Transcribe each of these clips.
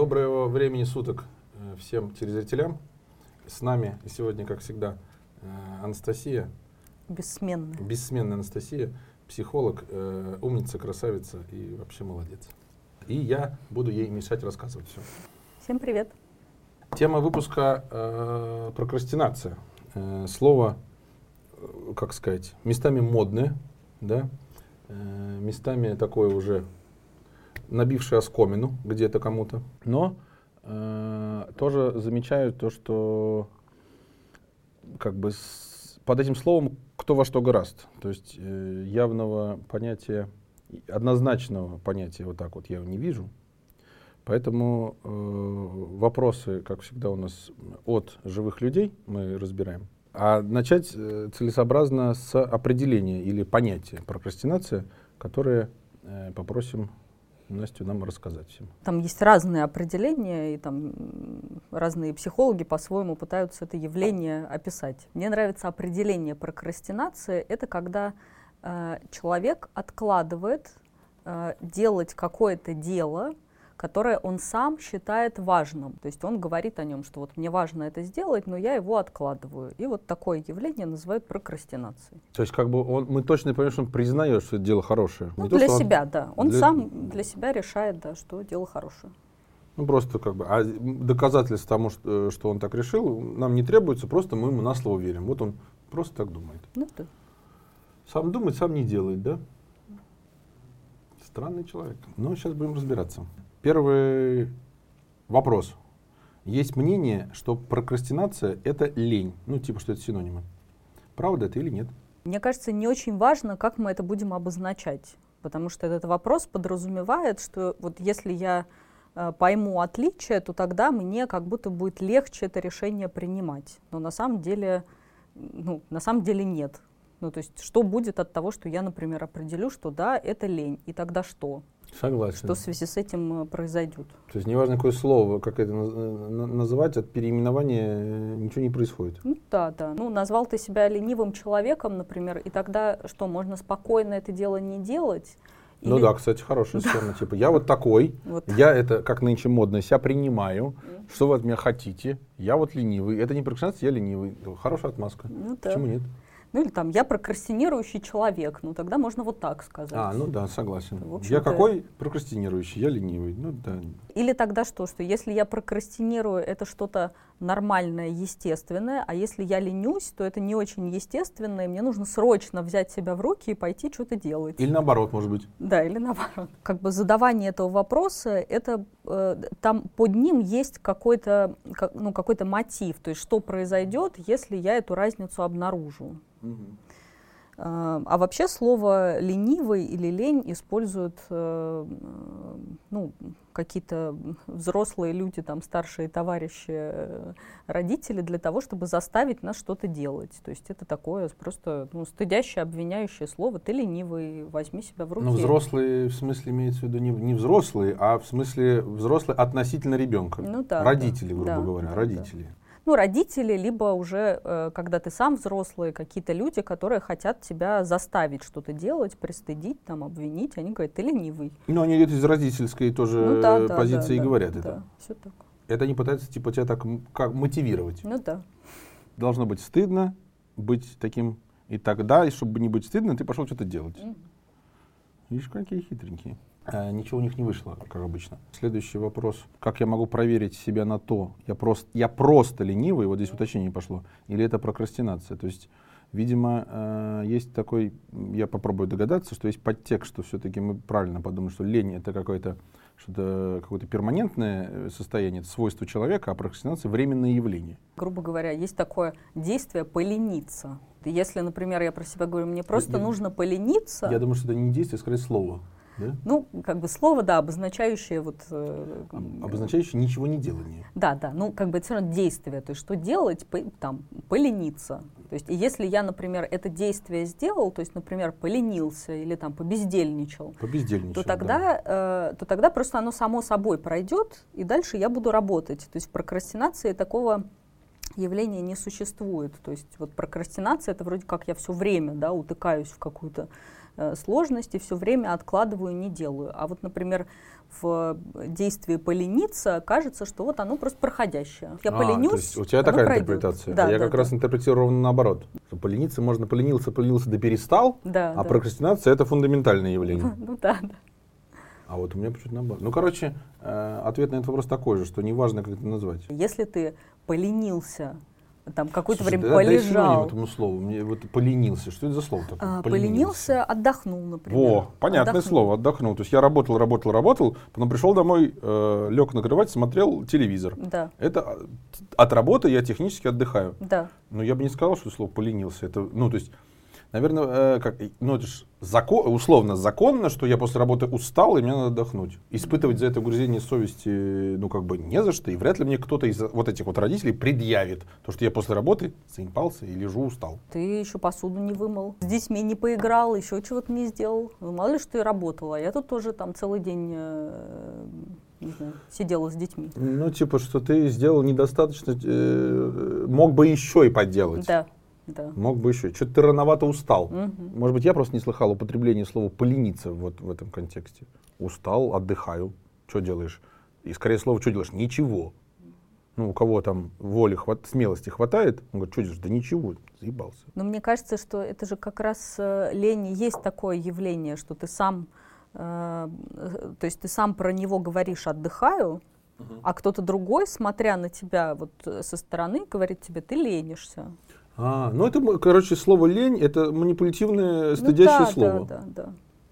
Доброго времени суток всем телезрителям. С нами сегодня, как всегда, Анастасия. Бессменная Анастасия, психолог, умница, красавица и вообще молодец. И я буду ей мешать рассказывать все. Всем привет. Тема выпуска прокрастинация. Слово, как сказать, местами модное, да? Местами такое уже набившее оскомину где-то кому-то. Но тоже замечаю то, что как бы под этим словом кто во что гораст. То есть явного понятия, однозначного понятия вот так вот я не вижу. Поэтому вопросы, как всегда, у нас от живых людей мы разбираем. А начать целесообразно с определения или понятия прокрастинация, которое попросим Настю нам рассказать всем. Там есть разные определения, и там разные психологи по-своему пытаются это явление описать. Мне нравится определение прокрастинации. Это когда человек откладывает делать какое-то дело, которое он сам считает важным. То есть он говорит о нем, что вот мне важно это сделать, но я его откладываю. И вот такое явление называют прокрастинацией. То есть как бы мы точно понимаем, что он признает, что это дело хорошее. Ну, для себя, да. Он сам для себя решает, да, что дело хорошее. Ну просто как бы, а доказательств тому, что он так решил, нам не требуется, просто мы ему на слово верим. Вот он просто так думает. Ну, да. Сам думает, сам не делает, да? Странный человек. Но сейчас будем разбираться. Первый вопрос. Есть мнение, что прокрастинация — это лень. Ну, типа, что это синонимы. Правда это или нет? Мне кажется, не очень важно, как мы это будем обозначать. Потому что этот вопрос подразумевает, что вот если я пойму отличие, то тогда мне как будто будет легче это решение принимать. Но на самом деле нет. Ну, то есть, что будет от того, что я, например, определю, что да, это лень, и тогда что? Согласен. Что в связи с этим произойдет? То есть, неважно, какое слово, как это называть, от переименования ничего не происходит. Ну, да. Ну, назвал ты себя ленивым человеком, например, и тогда что, можно спокойно это дело не делать? Ну да, кстати, хорошая схема. Типа, я вот такой, я это, как нынче модно, себя принимаю. Что вы от меня хотите? Я вот ленивый. Это не прокрастинация, я ленивый. Хорошая отмазка. Ну, да. Почему нет? Ну или там, я прокрастинирующий человек, ну тогда можно вот так сказать. Ну да, согласен. Я какой прокрастинирующий, я ленивый, ну да. Или тогда что если я прокрастинирую, это что-то нормальное, естественное, а если я ленюсь, то это не очень естественное, и мне нужно срочно взять себя в руки и пойти что-то делать. Или наоборот, может быть. Да, или наоборот. Как бы задавание этого вопроса, это там под ним есть какой-то мотив, то есть что произойдет, если я эту разницу обнаружу. А вообще слово «ленивый» или «лень» используют какие-то взрослые люди, там, старшие товарищи, родители, для того, чтобы заставить нас что-то делать. То есть это такое просто стыдящее, обвиняющее слово. Ты ленивый, возьми себя в руки. Ну, взрослые, в смысле, имеется в виду не взрослые, а в смысле взрослые относительно ребенка. Ну, да, родители, грубо говоря, родители. Да. Ну, родители, либо уже, когда ты сам взрослый, какие-то люди, которые хотят тебя заставить что-то делать, пристыдить, там, обвинить, они говорят, ты ленивый. Ну, они идут из родительской тоже позиции и говорят это. Да, все так. Это они пытаются типа тебя так как мотивировать. Ну да. Должно быть стыдно быть таким, и тогда, и чтобы не быть стыдно, ты пошел что-то делать. Видишь, какие хитренькие. Ничего у них не вышло, как обычно. Следующий вопрос. Как я могу проверить себя на то, я просто ленивый, вот здесь уточнение пошло, или это прокрастинация? То есть, видимо, есть такой, я попробую догадаться, что есть подтекст, что все-таки мы правильно подумаем, что лень — это какое-то перманентное состояние, это свойство человека, а прокрастинация — временное явление. Грубо говоря, есть такое действие «полениться». Если, например, я про себя говорю, мне просто нужно полениться. Я думаю, что это не действие, а скорее слово. Да? Ну, как бы слово, да, обозначающее обозначающее ничего не делание. Да, ну, как бы это все равно действие, то есть что делать, полениться. То есть, если я, например, это действие сделал, то есть, например, поленился или там побездельничал, то тогда просто оно само собой пройдет, и дальше я буду работать. То есть в прокрастинации такого явления не существует. То есть вот прокрастинация — это вроде как я все время, да, утыкаюсь в какую-то сложности, все время откладываю, не делаю. А вот, например, в действии полениться кажется, что вот оно просто проходящее. Я поленюсь, то есть у тебя оно такая пройдет. интерпретация. Да, Я да, как раз интерпретирую ровно наоборот. Что полениться можно поленился, да перестал, Да, а да. прокрастинация это фундаментальное явление. Ну да, да. А вот у меня почему-то наоборот. Ну, короче, ответ на этот вопрос такой же, что неважно, как это назвать. Если ты поленился, там какое-то Слушай, время дай синоним полежал, этому слову. Мне вот поленился. Что это за слово такое? поленился, отдохнул, например. Во, понятное слово, отдохнул. То есть я работал, потом пришел домой, лег на кровать, смотрел телевизор. Да. Это от работы я технически отдыхаю. Да. Но я бы не сказал, что слово поленился. Это, ну, то есть, наверное, это ж условно законно, что я после работы устал, и мне надо отдохнуть. Испытывать за это угрызение совести, ну, как бы не за что. И вряд ли мне кто-то из вот этих вот родителей предъявит то, что я после работы заебался и лежу устал. Ты еще посуду не вымыл, с детьми не поиграл, еще чего-то не сделал. Ну, мало ли, что ты работала. Я тут тоже там целый день не знаю, сидела с детьми. Ну, типа, что ты сделал недостаточно, мог бы еще и поделать. Да. Да. Мог бы еще. Что-то ты рановато устал. Угу. Может быть, я просто не слыхал употребления слова «полениться» вот в этом контексте. Устал, отдыхаю. Что делаешь? И скорее слово «что делаешь?» Ничего. Ну, у кого там воли, смелости хватает, он говорит, что делаешь? Да ничего, заебался. Но мне кажется, что это же как раз лень, есть такое явление, что ты сам, то есть ты сам про него говоришь «отдыхаю», а кто-то другой, смотря на тебя вот со стороны, говорит тебе «ты ленишься». Ну это, короче, слово «лень» — это манипулятивное, стыдящее слово. Да.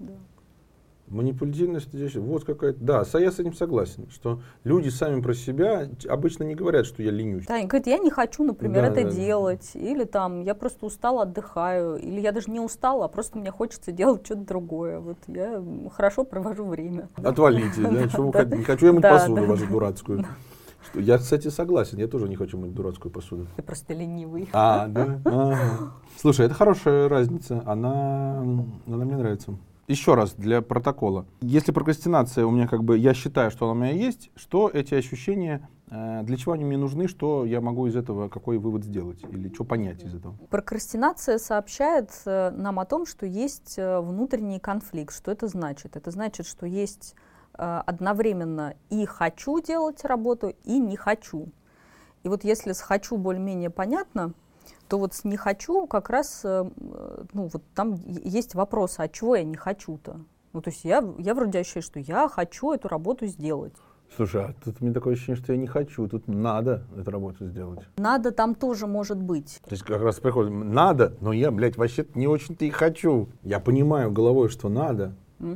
Манипулятивное, стыдящее. Вот какая-то. Да, я с этим согласен, что люди сами про себя обычно не говорят, что я ленюсь. Да, они говорят, я не хочу, например, это делать, или там, я просто устала, отдыхаю, или я даже не устала, а просто мне хочется делать что-то другое. Вот я хорошо провожу время. Отвалите, да, что вы хотите? Не хочу я мыть посуду вашу дурацкую. Я, кстати, согласен, я тоже не хочу мыть дурацкую посуду. Ты просто ленивый. Да? Ага. Слушай, это хорошая разница, она мне нравится. Еще раз для протокола. Если прокрастинация у меня я считаю, что она у меня есть, что эти ощущения, для чего они мне нужны, что я могу из этого, какой вывод сделать или что понять из этого? Прокрастинация сообщает нам о том, что есть внутренний конфликт. Что это значит? Это значит, что есть одновременно и хочу делать работу, и не хочу. И вот если с хочу более-менее понятно, то вот с не хочу как раз, вот там есть вопрос, а чего я не хочу-то? Ну, то есть я вроде ощущаю, что я хочу эту работу сделать. Слушай, а тут у меня такое ощущение, что я не хочу, тут надо эту работу сделать. Надо там тоже может быть. То есть как раз приходит, надо, но я, вообще-то не очень-то и хочу. Я понимаю головой, что надо.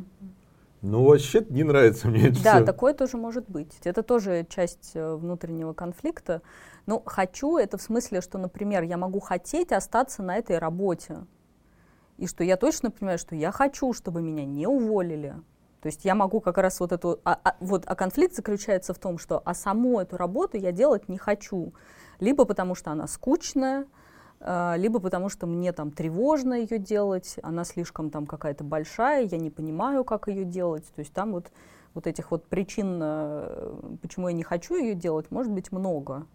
Но вообще не нравится мне это Да, все. такое тоже может быть. Это тоже часть внутреннего конфликта. Но хочу это в смысле, что, например, я могу хотеть остаться на этой работе. И что я точно понимаю, что я хочу, чтобы меня не уволили. То есть я могу как раз вот эту... А конфликт заключается в том, что саму эту работу я делать не хочу. Либо потому что она скучная, либо потому что мне там тревожно ее делать, она слишком там какая-то большая, я не понимаю, как ее делать. То есть там вот этих вот причин, почему я не хочу ее делать, может быть много.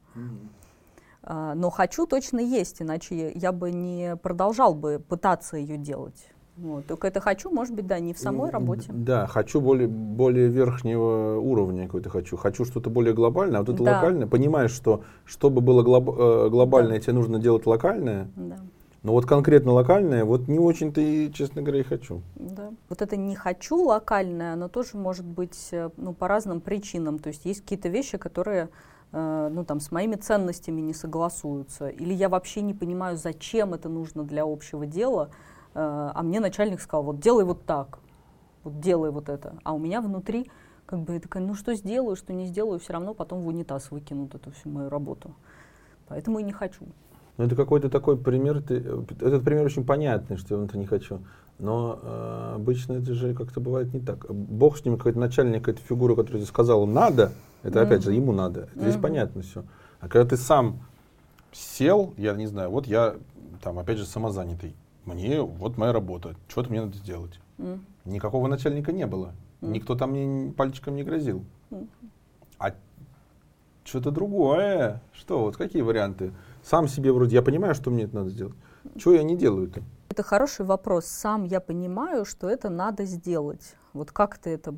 Но хочу точно есть, иначе я бы не продолжал бы пытаться ее делать. Вот. Только это хочу, может быть, да, не в самой работе. Да, хочу более верхнего уровня какой-то хочу. Хочу что-то более глобальное, а вот это локальное. Понимаешь, что чтобы было глобальное, тебе нужно делать локальное. Да. Но вот конкретно локальное, вот не очень-то и, честно говоря, и хочу. Да. Вот это не хочу локальное, оно тоже может быть по разным причинам. То есть есть какие-то вещи, которые с моими ценностями не согласуются. Или я вообще не понимаю, зачем это нужно для общего дела. А мне начальник сказал, вот делай вот так, вот делай вот это. А у меня внутри я такая, что сделаю, что не сделаю, все равно потом в унитаз выкинут эту всю мою работу. Поэтому и не хочу. Ну, это какой-то такой пример, этот пример очень понятный, что я это не хочу. Но обычно это же как-то бывает не так. Бог с ним, какой-то начальник, какая-то фигура, которая сказала надо, это опять же ему надо. Здесь понятно все. А когда ты сам сел, я не знаю, вот я там опять же самозанятый. Мне вот моя работа, что-то мне надо сделать. Никакого начальника не было. Никто там мне пальчиком не грозил. А что-то другое. Что, вот какие варианты? Сам себе вроде, я понимаю, что мне это надо сделать. Чего я не делаю-то? Это хороший вопрос. Сам я понимаю, что это надо сделать. Вот как ты это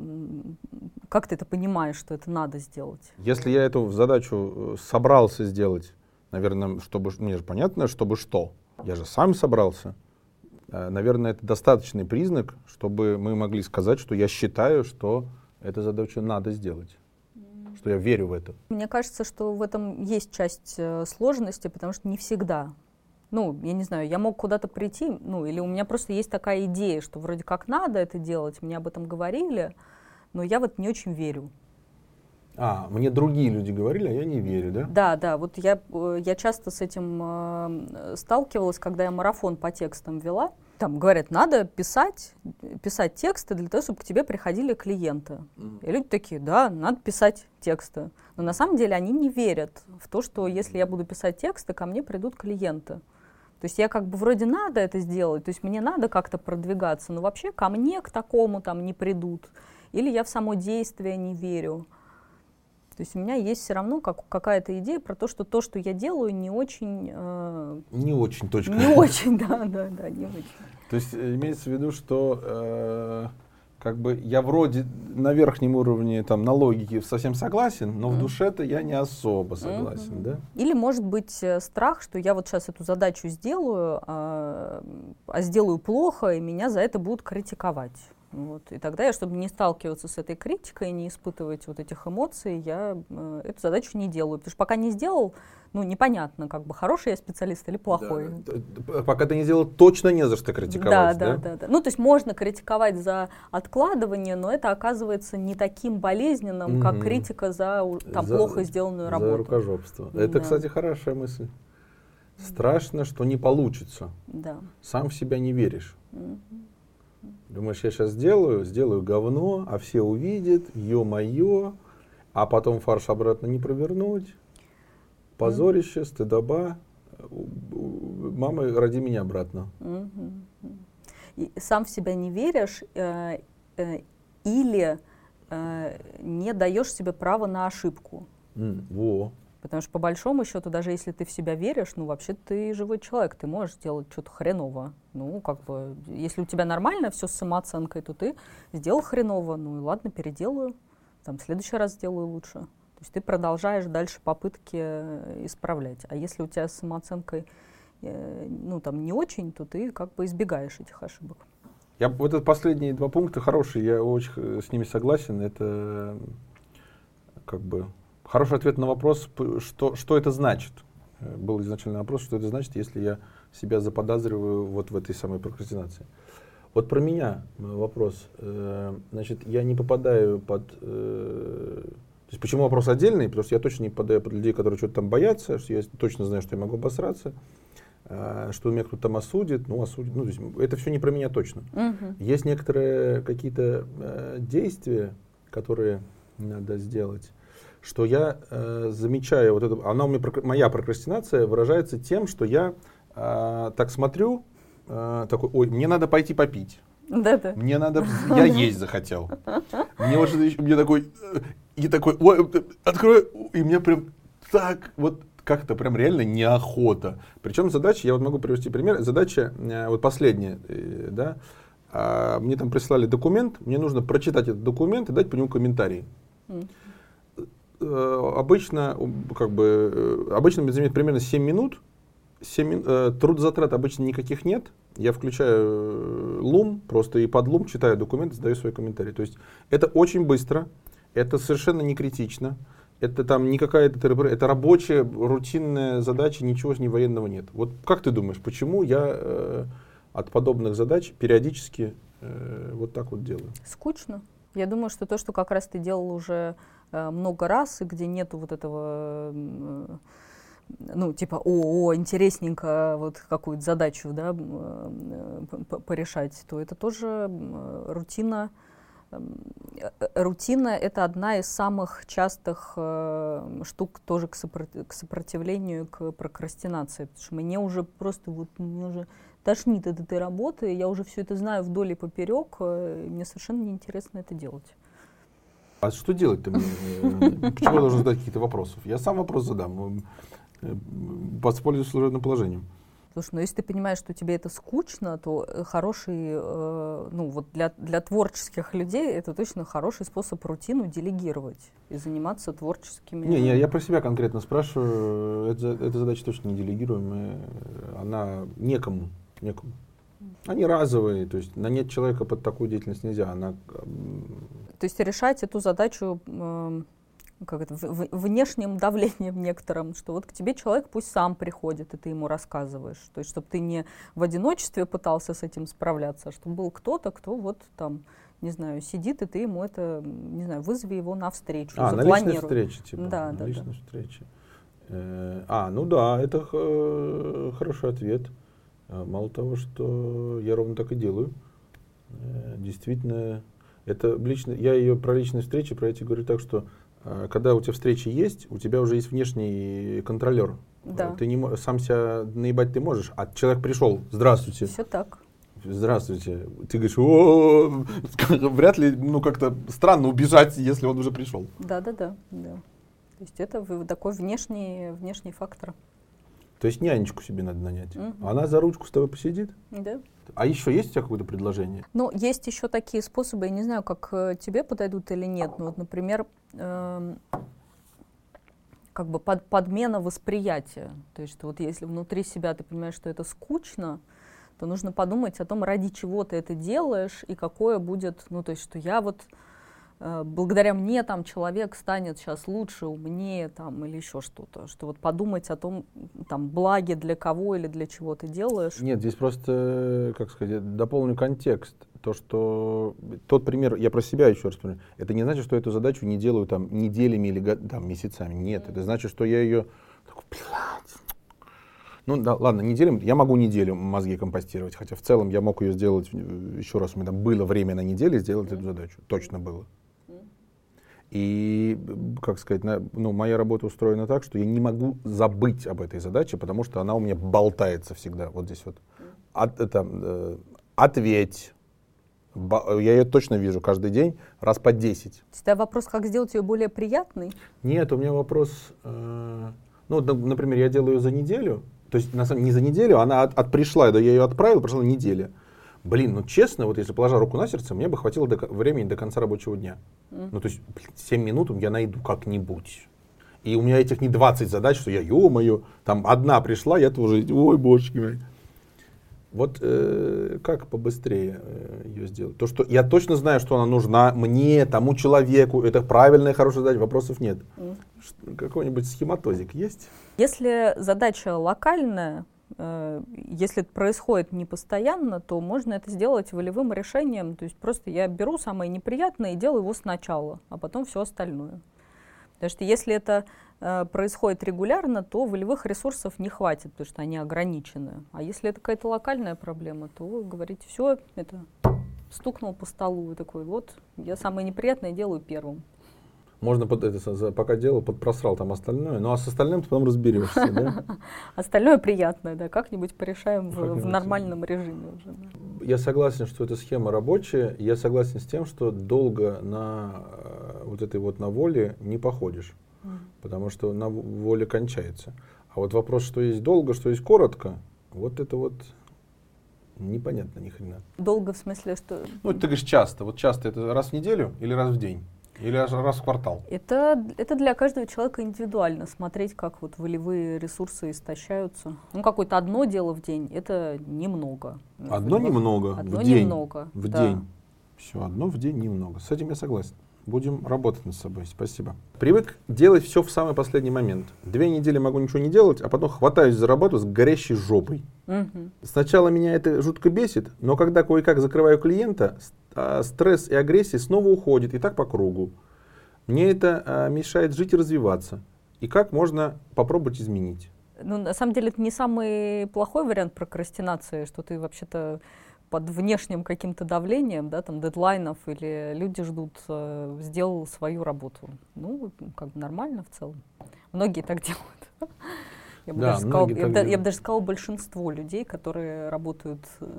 понимаешь, что это надо сделать? Если я эту задачу собрался сделать, наверное, чтобы, мне же понятно, чтобы что? Я же сам собрался. Наверное, это достаточный признак, чтобы мы могли сказать, что я считаю, что эту задачу надо сделать, что я верю в это. Мне кажется, что в этом есть часть сложности, потому что не всегда. Ну, я не знаю, я мог куда-то прийти, ну, или у меня просто есть такая идея, что вроде как надо это делать, мне об этом говорили, но я вот не очень верю. Мне другие люди говорили, а я не верю, да? Да, да, вот я часто с этим сталкивалась, когда я марафон по текстам вела. Там говорят, надо писать тексты для того, чтобы к тебе приходили клиенты. И люди такие, да, надо писать тексты. Но на самом деле они не верят в то, что если я буду писать тексты, ко мне придут клиенты. То есть я как бы вроде надо это сделать, то есть мне надо как-то продвигаться, но вообще ко мне к такому там не придут. Или я в само действие не верю. То есть у меня есть все равно какая-то идея про то, что я делаю, не очень... Не очень, точка. Не очень, да, не очень. То есть имеется в виду, что как бы я вроде на верхнем уровне, там, на логике совсем согласен, но в душе-то я не особо согласен, да? Или может быть страх, что я вот сейчас эту задачу сделаю, а сделаю плохо, и меня за это будут критиковать. Вот. И тогда я, чтобы не сталкиваться с этой критикой, не испытывать вот этих эмоций, я эту задачу не делаю. Потому что пока не сделал, ну, непонятно, как бы хороший я специалист или плохой. Да. Пока ты не сделал, точно не за что критиковать, да? Да. Ну, то есть можно критиковать за откладывание, но это оказывается не таким болезненным, как критика за плохо сделанную работу. За рукожопство. Это, кстати, хорошая мысль. Страшно, что не получится. Да. Сам в себя не веришь. Думаешь, я сейчас сделаю говно, а все увидят, ё-моё, а потом фарш обратно не провернуть. Позорище, стыдоба. Мама, роди меня обратно. И сам в себя не веришь или не даешь себе права на ошибку. Во. Потому что по большому счету, даже если ты в себя веришь, ну вообще ты живой человек, ты можешь сделать что-то хреново. Ну, как бы, если у тебя нормально все с самооценкой, то ты сделал хреново, ну и ладно, переделаю, там, в следующий раз сделаю лучше. То есть ты продолжаешь дальше попытки исправлять. А если у тебя с самооценкой, ну, там, не очень, то ты как бы избегаешь этих ошибок. Вот это последние два пункта хорошие, я очень с ними согласен. Это как бы хороший ответ на вопрос, что это значит. Был изначально вопрос, что это значит, если я себя заподозриваю вот в этой самой прокрастинации. Вот про меня вопрос. Значит, я не попадаю под... То есть почему вопрос отдельный? Потому что я точно не попадаю под людей, которые что-то там боятся, что я точно знаю, что я могу обосраться, что меня кто-то там осудит. Ну, то есть это все не про меня точно. Есть некоторые какие-то действия, которые надо сделать, что я замечаю, вот это, моя прокрастинация выражается тем, что я так смотрю, такой, ой, мне надо пойти попить. Да-да. Мне надо, я есть захотел. Мне такой, ой, открою, и мне прям так, вот как-то прям реально неохота. Причем задача, я вот могу привести пример, задача, вот последняя, да, мне там прислали документ, мне нужно прочитать этот документ и дать по нему комментарий. Обычно это занимает примерно 7 минут. Трудозатрат обычно никаких нет. Я включаю Loom, просто и под Loom читаю документы, сдаю свои комментарии. То есть это очень быстро, это совершенно не критично, это там не какая-то это рабочая, рутинная задача, ничего не военного нет. Вот как ты думаешь, почему я от подобных задач периодически вот так вот делаю? Скучно. Я думаю, что то, что как раз ты делал уже много раз, и где нету вот этого, ну, типа, интересненько вот какую-то задачу, да, порешать, то это тоже рутина. Рутина — это одна из самых частых штук тоже к сопротивлению, к прокрастинации. Потому что мне уже тошнит от этой работы, я уже все это знаю вдоль и поперек, и мне совершенно неинтересно это делать. А что делать-то мне? Почему я должен задать какие-то вопросы? Я сам вопрос задам, воспользуюсь служебным положением. Слушай, ну если ты понимаешь, что тебе это скучно, то хороший, ну вот для творческих людей это точно хороший способ рутину делегировать и заниматься творческими... Не, я про себя конкретно спрашиваю. Эта задача точно не делегируемая. Она некому. Они разовые, то есть нанять человека под такую деятельность нельзя. То есть решать эту задачу внешним давлением некоторым, что вот к тебе человек пусть сам приходит, и ты ему рассказываешь. То есть чтобы ты не в одиночестве пытался с этим справляться, а чтобы был кто-то, кто вот там, не знаю, сидит, и ты ему это, не знаю, вызови его на встречу, запланируй. На личной встрече, типа. Да, на личной встрече. Ну да, это хороший ответ. Мало того, что я ровно так и делаю. Действительно, это я ее про личные встречи, про эти говорю так, что когда у тебя встречи есть, у тебя уже есть внешний контролер. Да. Ты сам себя наебать ты можешь, а человек пришел, здравствуйте. Все так. Здравствуйте. Ты говоришь, вряд ли, как-то странно убежать, если он уже пришел. Да. То есть это такой внешний фактор. То есть нянечку себе надо нанять. Она за ручку с тобой посидит? Да. А еще есть у тебя какое-то предложение? Ну, есть еще такие способы, я не знаю, как тебе подойдут или нет. Ну, вот, например, как бы подмена восприятия. То есть вот если внутри себя ты понимаешь, что это скучно, то нужно подумать о том, ради чего ты это делаешь и какое будет, ну, то есть что я вот благодаря мне там человек станет сейчас лучше, умнее там или еще что-то, что вот подумать о том, там, благе для кого или для чего ты делаешь. Нет, здесь просто, как сказать, дополню контекст. То, что тот пример, я про себя еще раз говорю, это не значит, что эту задачу не делаю там неделями или там, месяцами. Нет, это значит, что я ее такой, ну да, ладно, неделю, я могу неделю мозги компостировать, хотя в целом я мог ее сделать, еще раз, у меня там было время на неделю сделать эту задачу, точно было. И, как сказать, моя работа устроена так, что я не могу забыть об этой задаче, потому что она у меня болтается всегда, вот здесь вот. Ответь. Я ее точно вижу каждый день, раз по 10. У тебя вопрос, как сделать ее более приятной? Нет, у меня вопрос, например, я делаю ее за неделю, то есть, на самом деле, не за неделю, она пришла, я ее отправил, прошла неделя. Блин, честно, вот если положа руку на сердце, мне бы хватило времени до конца рабочего дня. То есть 7 минут я найду как-нибудь. И у меня этих не 20 задач, что я, ё-моё, там одна пришла, я тоже, ой, божечки мои. Вот как побыстрее ее сделать? То, что я точно знаю, что она нужна мне, тому человеку, это правильная, хорошая задача, вопросов нет. Какой-нибудь схематозик есть? Если задача локальная, если это происходит не постоянно, то можно это сделать волевым решением. То есть просто я беру самое неприятное и делаю его сначала, а потом все остальное. Потому что если это происходит регулярно, то волевых ресурсов не хватит, потому что они ограничены. А если это какая-то локальная проблема, то вы говорите, все, это стукнул по столу и такой, вот, я самое неприятное делаю первым. Можно пока делал, подпросрал там остальное, ну а с остальным ты потом разберешься, да? Остальное приятное, да, как-нибудь порешаем в нормальном режиме уже. Я согласен, что эта схема рабочая, я согласен с тем, что долго на вот этой вот на воле не походишь, потому что на воле кончается. А вот вопрос, что есть долго, что есть коротко, вот это вот непонятно ни хрена. Долго в смысле, что... Ну, ты говоришь часто. Вот часто это раз в неделю или раз в день? Или раз в квартал? Это для каждого человека индивидуально. Смотреть, как вот волевые ресурсы истощаются. Ну, какое-то одно дело в день, это немного. Одно немного одно в день? Немного, в да. день. Все, одно в день немного. С этим я согласен. Будем работать над собой. Спасибо. Привык делать все в самый последний момент. 2 недели могу ничего не делать, а потом хватаюсь за работу с горящей жопой. Сначала меня это жутко бесит, но когда кое-как закрываю клиента, стресс и агрессия снова уходят, и так по кругу. Мне это мешает жить и развиваться. И как можно попробовать изменить? Ну, на самом деле, это не самый плохой вариант прокрастинации, что ты вообще-то под внешним каким-то давлением, да, там, дедлайнов, или люди ждут, сделал свою работу. Ну, как бы нормально в целом. Многие так делают. Я бы даже сказала, большинство людей, которые работают...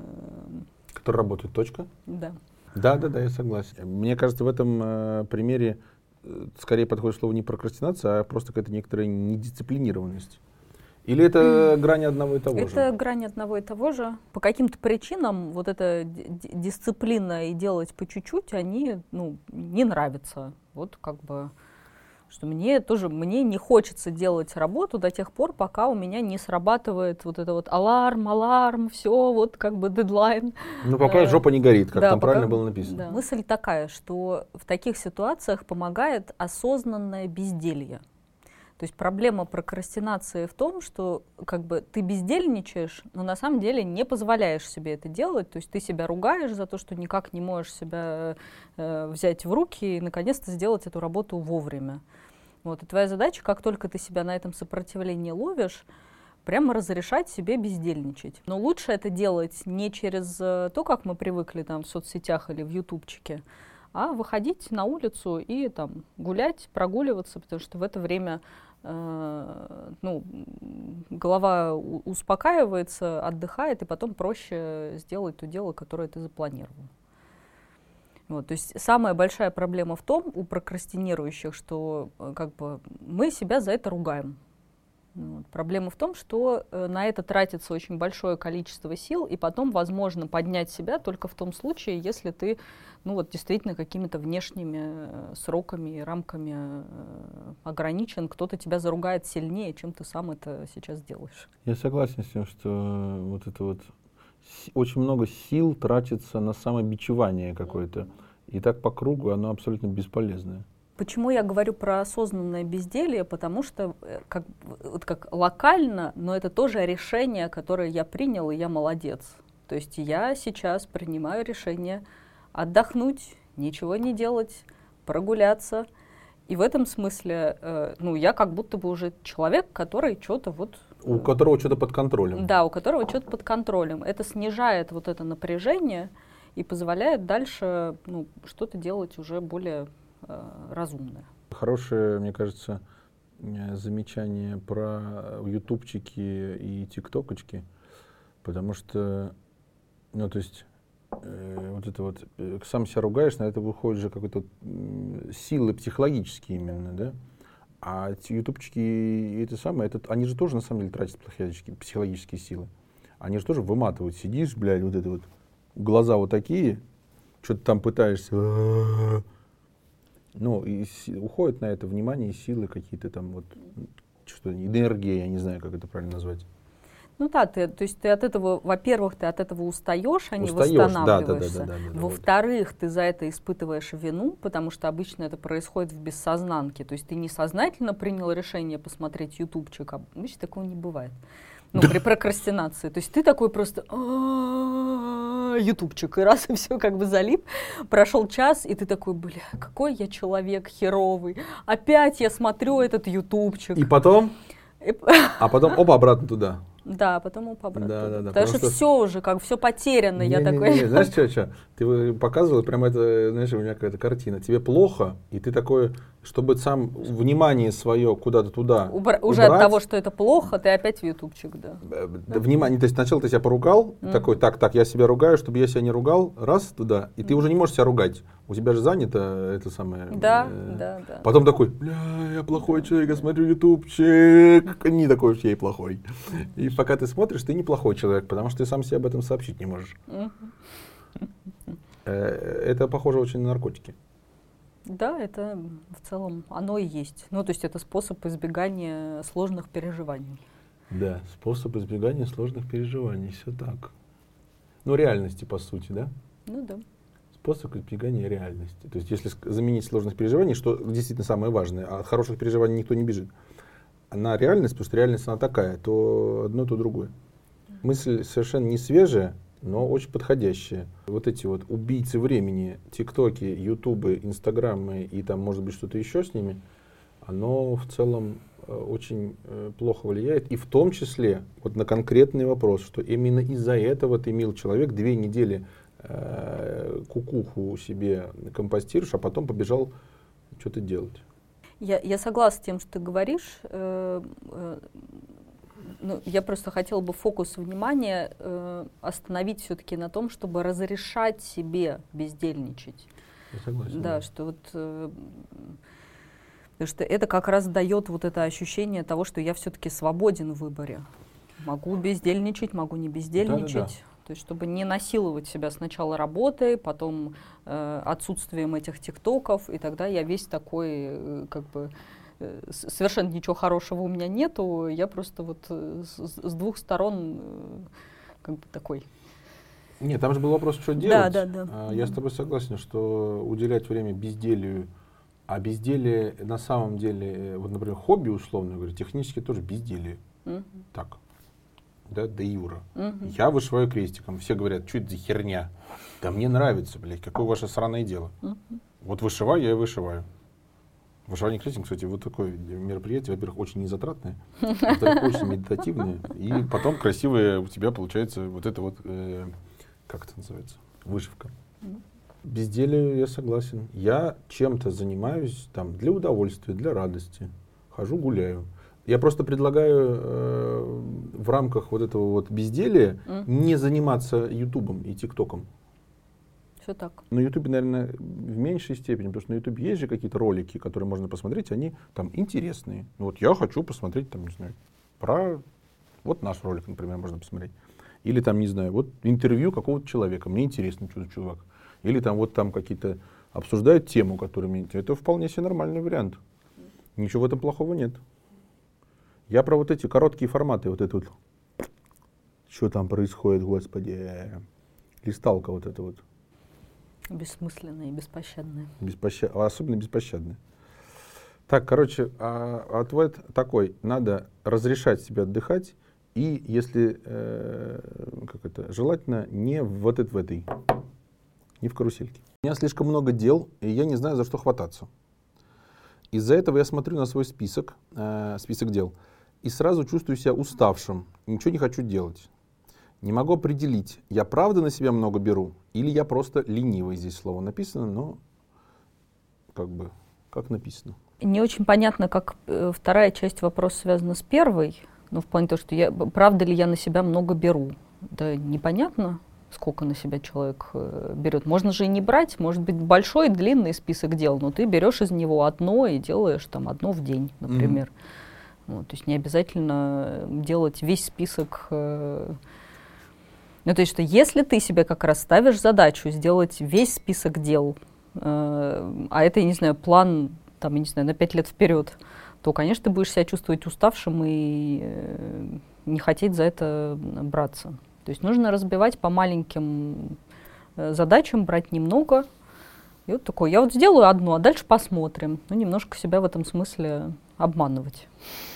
Которые работают, точка? Да. Да, я согласен. Мне кажется, в этом примере скорее подходит слово не прокрастинация, а просто какая-то некоторая недисциплинированность. Или это грани одного и того же? Это грани одного и того же. По каким-то причинам вот эта дисциплина и делать по чуть-чуть, они не нравятся. Вот как бы, что мне не хочется делать работу до тех пор, пока у меня не срабатывает вот это вот аларм, все, вот как бы дедлайн. Ну, пока жопа не горит, как там правильно было написано. Да. Мысль такая, что в таких ситуациях помогает осознанное безделье. То есть проблема прокрастинации в том, что как бы ты бездельничаешь, но на самом деле не позволяешь себе это делать. То есть ты себя ругаешь за то, что никак не можешь себя взять в руки и наконец-то сделать эту работу вовремя. Вот. И твоя задача, как только ты себя на этом сопротивлении ловишь, прямо разрешать себе бездельничать. Но лучше это делать не через то, как мы привыкли там в соцсетях или в ютубчике, а выходить на улицу и там гулять, прогуливаться, потому что в это время голова успокаивается, отдыхает, и потом проще сделать то дело, которое ты запланировал. Вот, то есть самая большая проблема в том у прокрастинирующих, что как бы мы себя за это ругаем. Вот. Проблема в том, что на это тратится очень большое количество сил, и потом возможно поднять себя только в том случае, если ты действительно какими-то внешними сроками и рамками ограничен, кто-то тебя заругает сильнее, чем ты сам это сейчас делаешь. Я согласен с тем, что вот это вот очень много сил тратится на самобичевание какое-то, и так по кругу оно абсолютно бесполезное. Почему я говорю про осознанное безделье? Потому что как локально, но это тоже решение, которое я принял, и я молодец. То есть я сейчас принимаю решение отдохнуть, ничего не делать, прогуляться. И в этом смысле я как будто бы уже человек, который что-то вот... У которого что-то под контролем. Да, у которого что-то под контролем. Это снижает вот это напряжение и позволяет дальше что-то делать уже более... разумное. Хорошее, мне кажется, замечание про ютубчики и тиктокочки, потому что, то есть, вот это вот, сам себя ругаешь, на это выходит же какой-то силы психологические именно, да? А ютубчики, это самое, они же тоже на самом деле тратят психологические силы. Они же тоже выматывают. Сидишь, блядь, вот это вот, глаза вот такие, что-то там пытаешься... и уходит на это внимание и силы какие-то там, вот, что-то, энергия, я не знаю, как это правильно назвать. То есть ты от этого, во-первых, ты от этого устаешь, а не восстанавливаешься. Да, Во-вторых, ты за это испытываешь вину, потому что обычно это происходит в бессознанке. То есть ты несознательно принял решение посмотреть ютубчик, а обычно такого не бывает. При прокрастинации. То есть ты такой просто ютубчик, и раз, и все как бы залип. Прошел час, и ты такой, бля, какой я человек херовый. Опять я смотрю этот ютубчик. И потом? А потом, обратно туда. Да, потом оп, обратно. Да. Потому что все уже, все потеряно. Я такой... Знаешь, что? Ты показывала, прямо это, знаешь, у меня какая-то картина. Тебе плохо, и ты такой, чтобы сам внимание свое куда-то туда уже от того, что это плохо, ты опять в ютубчик, да. Внимание, то есть сначала ты себя поругал, такой, так, я себя ругаю, чтобы я себя не ругал, раз туда, и ты уже не можешь себя ругать. У тебя же занято это самое. Да. Потом такой, бля, я плохой человек, я смотрю ютубчик. Не такой уж я и плохой. И пока ты смотришь, ты неплохой человек, потому что ты сам себе об этом сообщить не можешь. Это похоже очень на наркотики. Да, это в целом оно и есть. То есть это способ избегания сложных переживаний. Да, способ избегания сложных переживаний, все так. Реальности, по сути, да? Да. Способ избегания реальности. То есть если заменить сложных переживаний, что действительно самое важное, а от хороших переживаний никто не бежит, на реальность, потому что реальность она такая, то одно, то другое. Мысль совершенно не свежая, но очень подходящая. Вот эти вот убийцы времени, тиктоки, ютубы, инстаграмы и там может быть что-то еще с ними, оно в целом очень плохо влияет. И в том числе вот на конкретный вопрос, что именно из-за этого ты, мил человек, 2 недели кукуху себе компостируешь, а потом побежал что-то делать. Я согласна с тем, что ты говоришь. Я просто хотела бы фокус внимания остановить все-таки на том, чтобы разрешать себе бездельничать. Я согласен. Да, что вот Потому что это как раз дает вот это ощущение того, что я все-таки свободен в выборе. Могу бездельничать, могу не бездельничать. Да-да-да. То есть, чтобы не насиловать себя сначала работой, потом отсутствием этих тиктоков, и тогда я весь такой, как бы, совершенно ничего хорошего у меня нету, я просто вот с двух сторон как бы такой. Нет, там же был вопрос, что делать. Да. Я с тобой согласен, что уделять время безделью, а безделие на самом деле, вот, например, хобби условно говоря, технически тоже безделие. Так. Да, де юра. Я вышиваю крестиком. Все говорят, что это за херня? Да мне нравится, блядь, какое ваше сраное дело. Вот вышиваю, я и вышиваю. Вышивание крестиком, кстати, вот такое мероприятие, во-первых, очень незатратное, во-вторых, очень медитативное, и потом красивое у тебя получается вот это вот, как это называется, вышивка. Безделие, я согласен. Я чем-то занимаюсь там для удовольствия, для радости. Хожу, гуляю. Я просто предлагаю в рамках вот этого вот безделия не заниматься Ютубом и ТикТоком. Все так. На Ютубе, наверное, в меньшей степени, потому что на Ютубе есть же какие-то ролики, которые можно посмотреть, они там интересные. Вот я хочу посмотреть, там, не знаю, про вот наш ролик, например, можно посмотреть. Или там, не знаю, вот интервью какого-то человека, мне интересно, что за чувак. Или там вот там какие-то обсуждают тему, которую мне интересно. Это вполне себе нормальный вариант. Ничего в этом плохого нет. Я про вот эти короткие форматы, вот это вот, что там происходит, господи, листалка вот эта вот. Бессмысленные, беспощадные. Особенно беспощадные. Так, короче, ответ такой, надо разрешать себе отдыхать, и если, желательно не в этой, не в карусельке. У меня слишком много дел, и я не знаю, за что хвататься. Из-за этого я смотрю на свой список дел, и сразу чувствую себя уставшим, ничего не хочу делать. Не могу определить, я правда на себя много беру, или я просто ленивый, здесь слово написано, но как написано. Не очень понятно, как вторая часть вопроса связана с первой, но в плане того, что правда ли я на себя много беру. Да непонятно, сколько на себя человек берет. Можно же и не брать, может быть большой, длинный список дел, но ты берешь из него одно и делаешь там одно в день, например. Вот, то есть не обязательно делать весь список. Ну, то есть, что если ты себе как раз ставишь задачу сделать весь список дел, а это, я не знаю, план, там, я не знаю, на 5 лет вперед, то, конечно, ты будешь себя чувствовать уставшим и не хотеть за это браться. То есть нужно разбивать по маленьким задачам, брать немного. И вот такой, я вот сделаю одну, а дальше посмотрим. Ну, немножко себя в этом смысле обманывать.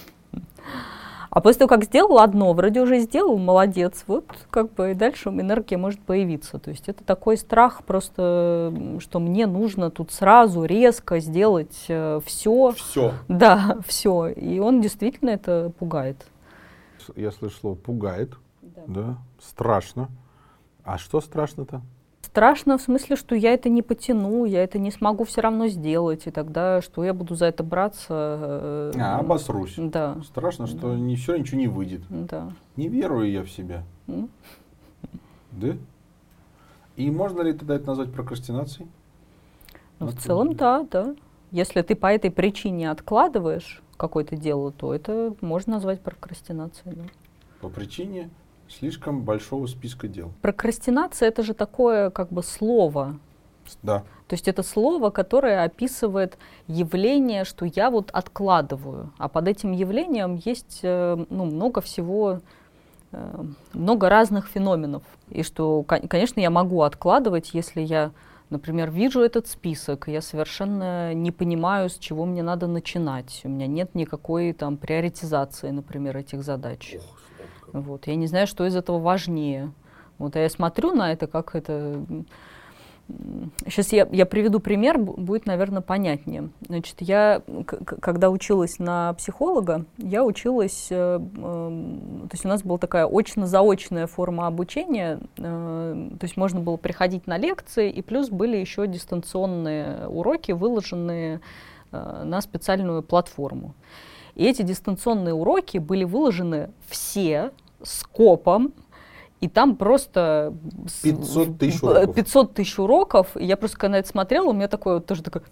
А после того, как сделал одно, вроде уже сделал, молодец, вот как бы и дальше энергия может появиться. То есть это такой страх просто, что мне нужно тут сразу резко сделать все. Все. Да, все. И он действительно это пугает. Я слышу слово «пугает», да, страшно. А что страшно-то? Страшно в смысле, что я это не потяну, я это не смогу все равно сделать, и тогда что я буду за это браться? Обосрусь. Да. Страшно, что ничего не выйдет. Да. Не верую я в себя. Да? И можно ли тогда это назвать прокрастинацией? Ну, в целом, да. Если ты по этой причине откладываешь какое-то дело, то это можно назвать прокрастинацией. Да. По причине слишком большого списка дел. Прокрастинация — это же такое как бы слово. Да. То есть это слово, которое описывает явление, что я вот откладываю. А под этим явлением есть много всего, много разных феноменов. И что, конечно, я могу откладывать, если я, например, вижу этот список, и я совершенно не понимаю, с чего мне надо начинать. У меня нет никакой там приоритизации, например, этих задач. Вот. Я не знаю, что из этого важнее. Вот, а я смотрю на это, как это... Сейчас я приведу пример, будет, наверное, понятнее. Значит, я, когда училась на психолога, я училась... то есть у нас была такая очно-заочная форма обучения. То есть можно было приходить на лекции, и плюс были еще дистанционные уроки, выложенные на специальную платформу. И эти дистанционные уроки были выложены все скопом, и там просто 500 тысяч уроков. 500 тысяч уроков. И я просто, когда на это смотрела, у меня такое вот тоже такое...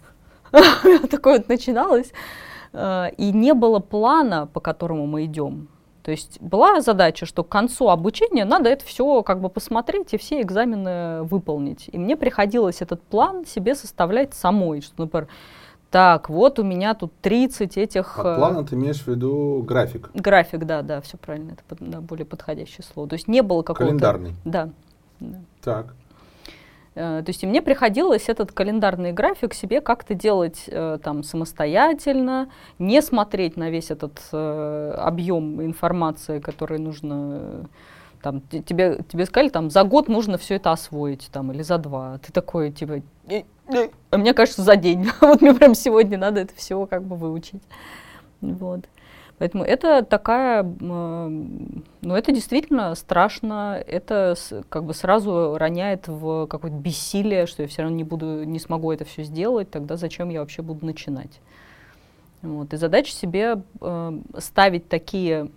Такое вот начиналось. И не было плана, по которому мы идем. То есть была задача, что к концу обучения надо это все как бы посмотреть и все экзамены выполнить. И мне приходилось этот план себе составлять самой, что, например, так, вот у меня тут 30 этих... Под планом ты имеешь в виду график? График, да, все правильно, это более подходящее слово. То есть не было какого-то... Календарный? Да. Так. То есть и мне приходилось этот календарный график себе как-то делать там самостоятельно, не смотреть на весь этот объем информации, который нужно... Там, тебе сказали, там, за год нужно все это освоить, там, или за 2. Ты такой, типа, а мне кажется, за день. Вот мне прям сегодня надо это все как бы выучить. Вот. Поэтому это такая, ну, это действительно страшно, это как бы сразу роняет в какое-то бессилие, что я все равно не смогу это все сделать, тогда зачем я вообще буду начинать? Вот. И задача себе ставить такие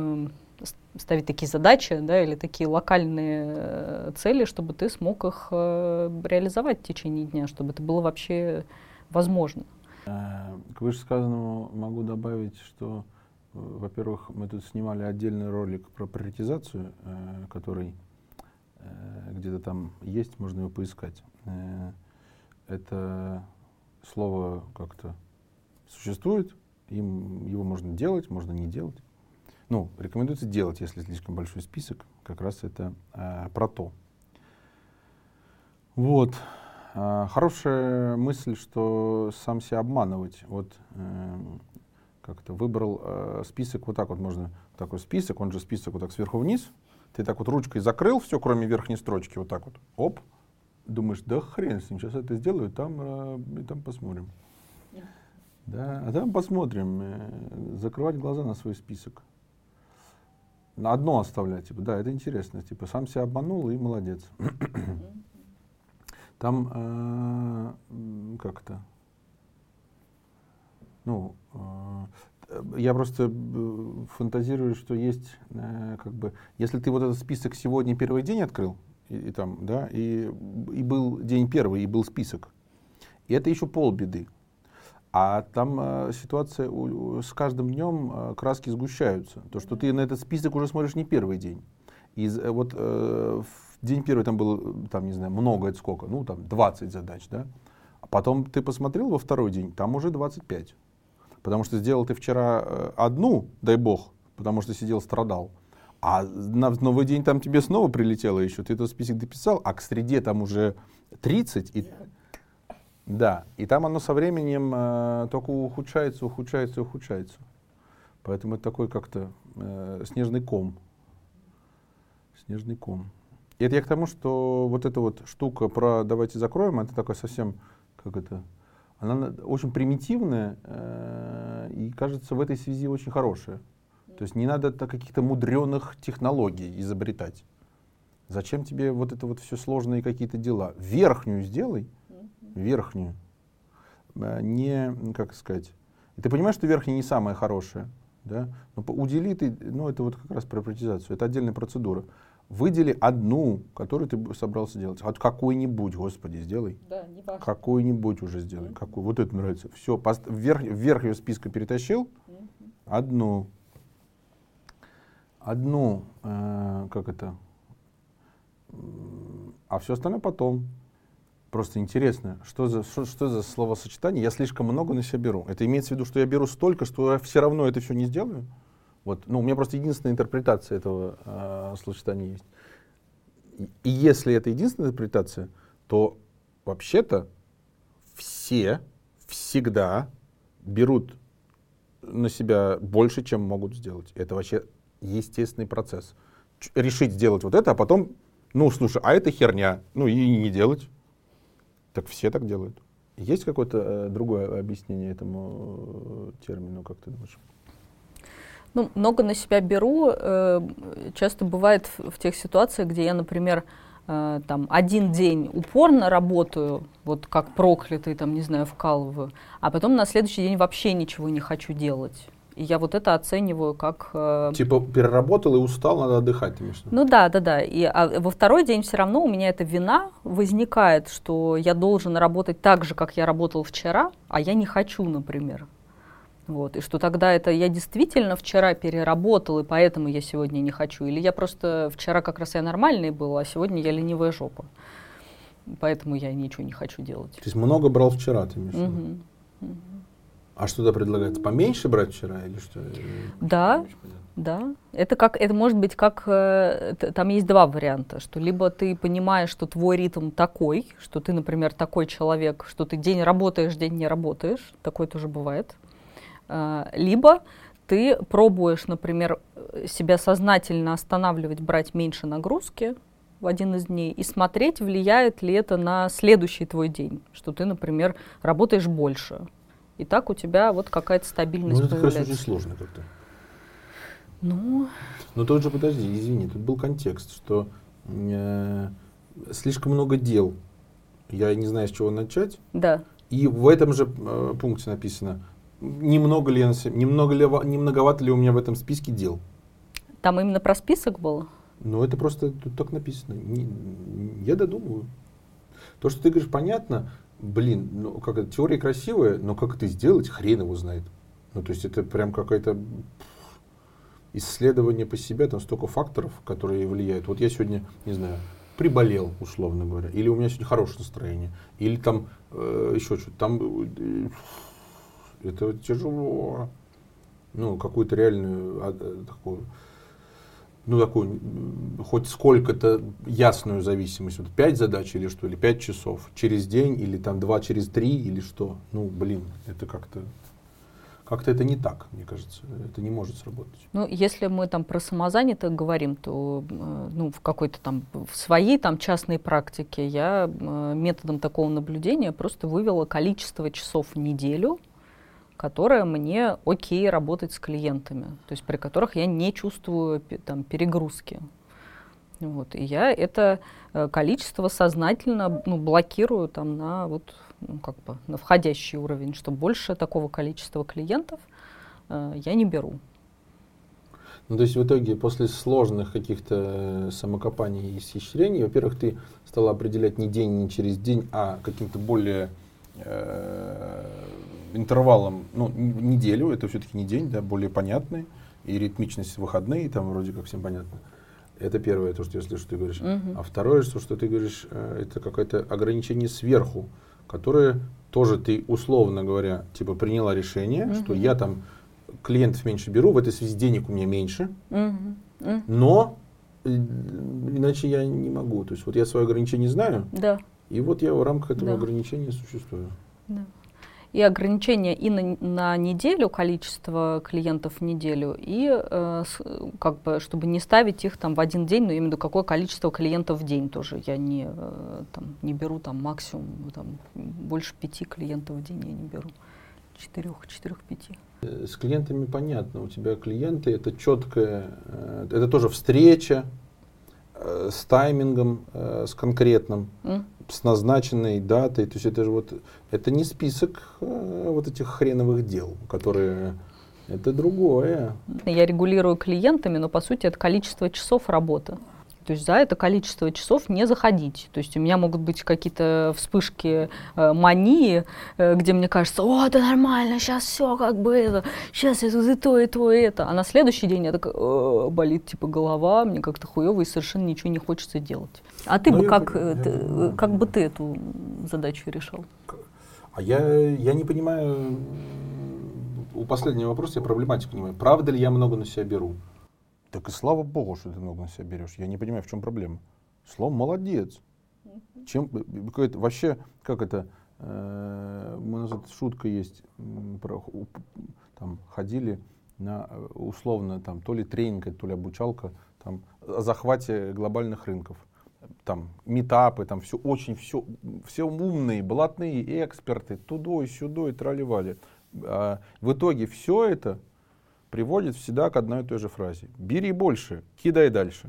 задачи, да, или такие локальные цели, чтобы ты смог их реализовать в течение дня, чтобы это было вообще возможно. К вышесказанному могу добавить, что, во-первых, мы тут снимали отдельный ролик про приоритизацию, который где-то там есть, можно его поискать. Это слово как-то существует, его можно делать, можно не делать. Ну, рекомендуется делать, если слишком большой список, как раз это про то. Вот. Хорошая мысль, что сам себя обманывать. Вот как-то выбрал список, вот так вот можно, такой список, он же список вот так сверху вниз. Ты так вот ручкой закрыл все, кроме верхней строчки, вот так вот. Оп. Думаешь, да хрен с ним, сейчас это сделаю, и там посмотрим. Да, а там посмотрим. Закрывать глаза на свой список. На одно оставлять, типа, да, это интересно, типа, сам себя обманул и молодец. Там как-то, ну, я просто фантазирую, что есть, как бы, если ты вот этот список сегодня первый день открыл, и там, да, и был день первый, и был список, и это еще полбеды. А там ситуация с каждым днем краски сгущаются. То, что ты на этот список уже смотришь не первый день. И вот в день первый там было, там, не знаю, много, это сколько? Ну, там 20 задач, да? А потом ты посмотрел во второй день, там уже 25. Потому что сделал ты вчера одну, дай бог, потому что сидел, страдал. А на новый день там тебе снова прилетело еще, ты этот список дописал, а к среде там уже 30. Да, и там оно со временем только ухудшается. Поэтому это такой как-то снежный ком. Снежный ком. И это я к тому, что вот эта вот штука про «давайте закроем», это такая совсем, как это, она очень примитивная и, кажется, в этой связи очень хорошая. То есть не надо каких-то мудреных технологий изобретать. Зачем тебе вот это вот все сложные какие-то дела? Верхнюю сделай. Верхнюю. Не, как сказать. И ты понимаешь, что верхняя не самая хорошая, да? Но удели ты, ну это вот как раз про приоритизацию, это отдельная процедура. Выдели одну, которую ты собрался делать. А какой-нибудь, Господи, сделай. Да, не важно. Какой-нибудь уже сделай. Какой. Вот это нравится. Все, вверх ее списка перетащил. Одну, как это? А все остальное потом. Просто интересно, что за словосочетание? Я слишком много на себя беру. Это имеется в виду, что я беру столько, что я все равно это все не сделаю? Вот. Ну, у меня просто единственная интерпретация этого словосочетания есть. И если это единственная интерпретация, то вообще-то все всегда берут на себя больше, чем могут сделать. Это вообще естественный процесс. Решить сделать вот это, а потом, ну, слушай, а это херня, ну и не делать. Так все так делают. Есть какое-то другое объяснение этому термину, как ты думаешь? Ну, много на себя беру. Часто бывает в тех ситуациях, где я, например, там один день упорно работаю, вот как проклятый, там, не знаю, вкалываю, а потом на следующий день вообще ничего не хочу делать. И я вот это оцениваю как... Типа переработал и устал, надо отдыхать, конечно. Ну да. А во второй день все равно у меня эта вина возникает, что я должен работать так же, как я работал вчера, а я не хочу, например. Вот. И что тогда это я действительно вчера переработал, и поэтому я сегодня не хочу. Или я просто вчера как раз я нормальный был, а сегодня я ленивая жопа. Поэтому я ничего не хочу делать. То есть много брал вчера, ты имеешь в виду? А что-то предлагается? Поменьше брать вчера или что? Да. Это может быть как... Там есть два варианта. Что либо ты понимаешь, что твой ритм такой, что ты, например, такой человек, что ты день работаешь, день не работаешь. Такое тоже бывает. Либо ты пробуешь, например, себя сознательно останавливать, брать меньше нагрузки в один из дней и смотреть, влияет ли это на следующий твой день. Что ты, например, работаешь больше. И так у тебя вот какая-то стабильность появляется. Ну, это, конечно, очень сложно как-то. Ну, тут же, подожди, извини, тут был контекст, что слишком много дел. Я не знаю, с чего начать. Да. И в этом же пункте написано, не многовато ли у меня в этом списке дел. Там именно про список было? Ну, это просто тут так написано. Я додумываю. То, что ты говоришь, понятно. Блин, ну как это, теория красивая, но как это сделать, хрен его знает. Ну, то есть это прям какое-то исследование по себе, там столько факторов, которые влияют. Вот я сегодня, не знаю, приболел, условно говоря, или у меня сегодня хорошее настроение, или там еще что-то. Там это тяжело. Ну, какую-то реальную такую, хоть сколько-то ясную зависимость. Вот 5 задач или что, или 5 часов через день, или там 2 через 3, или что. Ну, блин, это как-то это не так, мне кажется. Это не может сработать. Ну, если мы там про самозанятых говорим, то в какой-то там, в своей там частной практике я методом такого наблюдения просто вывела количество часов в неделю, которое мне окей работать с клиентами, то есть при которых я не чувствую там перегрузки. Вот. И я это количество сознательно блокирую там на на входящий уровень, что больше такого количества клиентов я не беру. Ну, то есть в итоге после сложных каких-то самокопаний и исхищрений, во-первых, ты стала определять не день, не через день, а каким-то более интервалом, неделю, это все-таки не день, да, более понятный, и ритмичность в выходные, там вроде как всем понятно. Это первое, то, что я слышу, ты говоришь. А второе, что ты говоришь, это какое-то ограничение сверху, которое тоже ты, условно говоря, типа приняла решение, что я там клиентов меньше беру, в этой связи денег у меня меньше, но иначе я не могу. То есть вот я свое ограничение знаю, да. И вот я в рамках этого ограничения существую. Да. И ограничение и на неделю, количество клиентов в неделю, и чтобы не ставить их там в один день, но именно в виду какое количество клиентов в день тоже. Я не беру там максимум, больше 5 клиентов в день я не беру. 4-5. С клиентами понятно, у тебя клиенты, это четкое, это тоже встреча с таймингом, с конкретным, с назначенной датой. То есть это же это не список вот этих хреновых дел, которые, это другое. Я регулирую клиентами, но по сути это количество часов работы. То есть за это количество часов не заходить. То есть у меня могут быть какие-то вспышки мании, где мне кажется, это нормально, сейчас все сейчас я тут и то, и это. А на следующий день я такая, болит голова, мне как-то хуёво и совершенно ничего не хочется делать. А ты как бы ты эту задачу решал? А я не понимаю, у последнего вопроса я проблематику не понимаю. Правда ли я много на себя беру? Так и слава богу, что ты много на себя берешь. Я не понимаю, в чем проблема. Слово молодец. Вообще, как это, у нас шутка есть, там ходили на условно там то ли тренинг, то ли обучалка там, о захвате глобальных рынков. Там митапы, там все умные, блатные эксперты, туда и сюда и трали-вали. В итоге все это приводит всегда к одной и той же фразе. Бери больше, кидай дальше.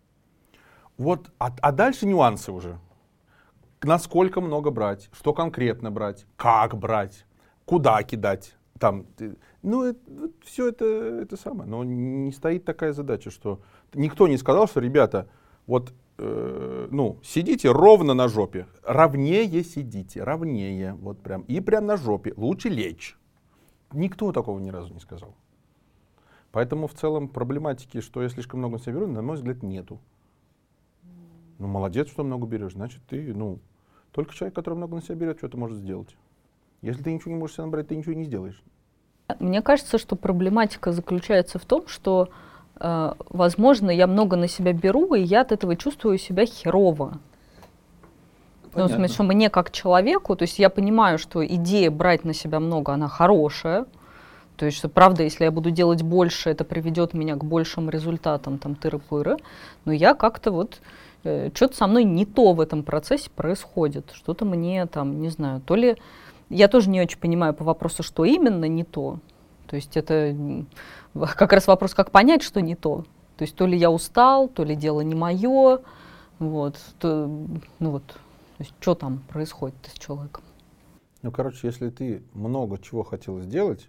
А дальше нюансы уже. Насколько много брать, что конкретно брать, как брать, куда кидать. Ну, все это самое. Но не стоит такая задача, что никто не сказал, что, ребята, вот, сидите ровно на жопе. Ровнее сидите, ровнее, вот прям. И прям на жопе. Лучше лечь. Никто такого ни разу не сказал. Поэтому в целом проблематики, что я слишком много на себя беру, на мой взгляд, нету. Ну, молодец, что много берешь. Значит, ты, только человек, который много на себя берет, что-то может сделать. Если ты ничего не можешь себе набрать, ты ничего не сделаешь. Мне кажется, что проблематика заключается в том, что, возможно, я много на себя беру, и я от этого чувствую себя херово. Ну, в смысле, что мне как человеку, то есть я понимаю, что идея брать на себя много, она хорошая. То есть, что, правда, если я буду делать больше, это приведет меня к большим результатам, там, тыры-пыры. Но я как-то вот, что-то со мной не то в этом процессе происходит. Что-то мне там, не знаю, то ли... Я тоже не очень понимаю по вопросу, что именно не то. То есть это как раз вопрос, как понять, что не то. То есть то ли я устал, то ли дело не мое. Вот. То есть что там происходит с человеком? Ну, короче, если ты много чего хотел сделать,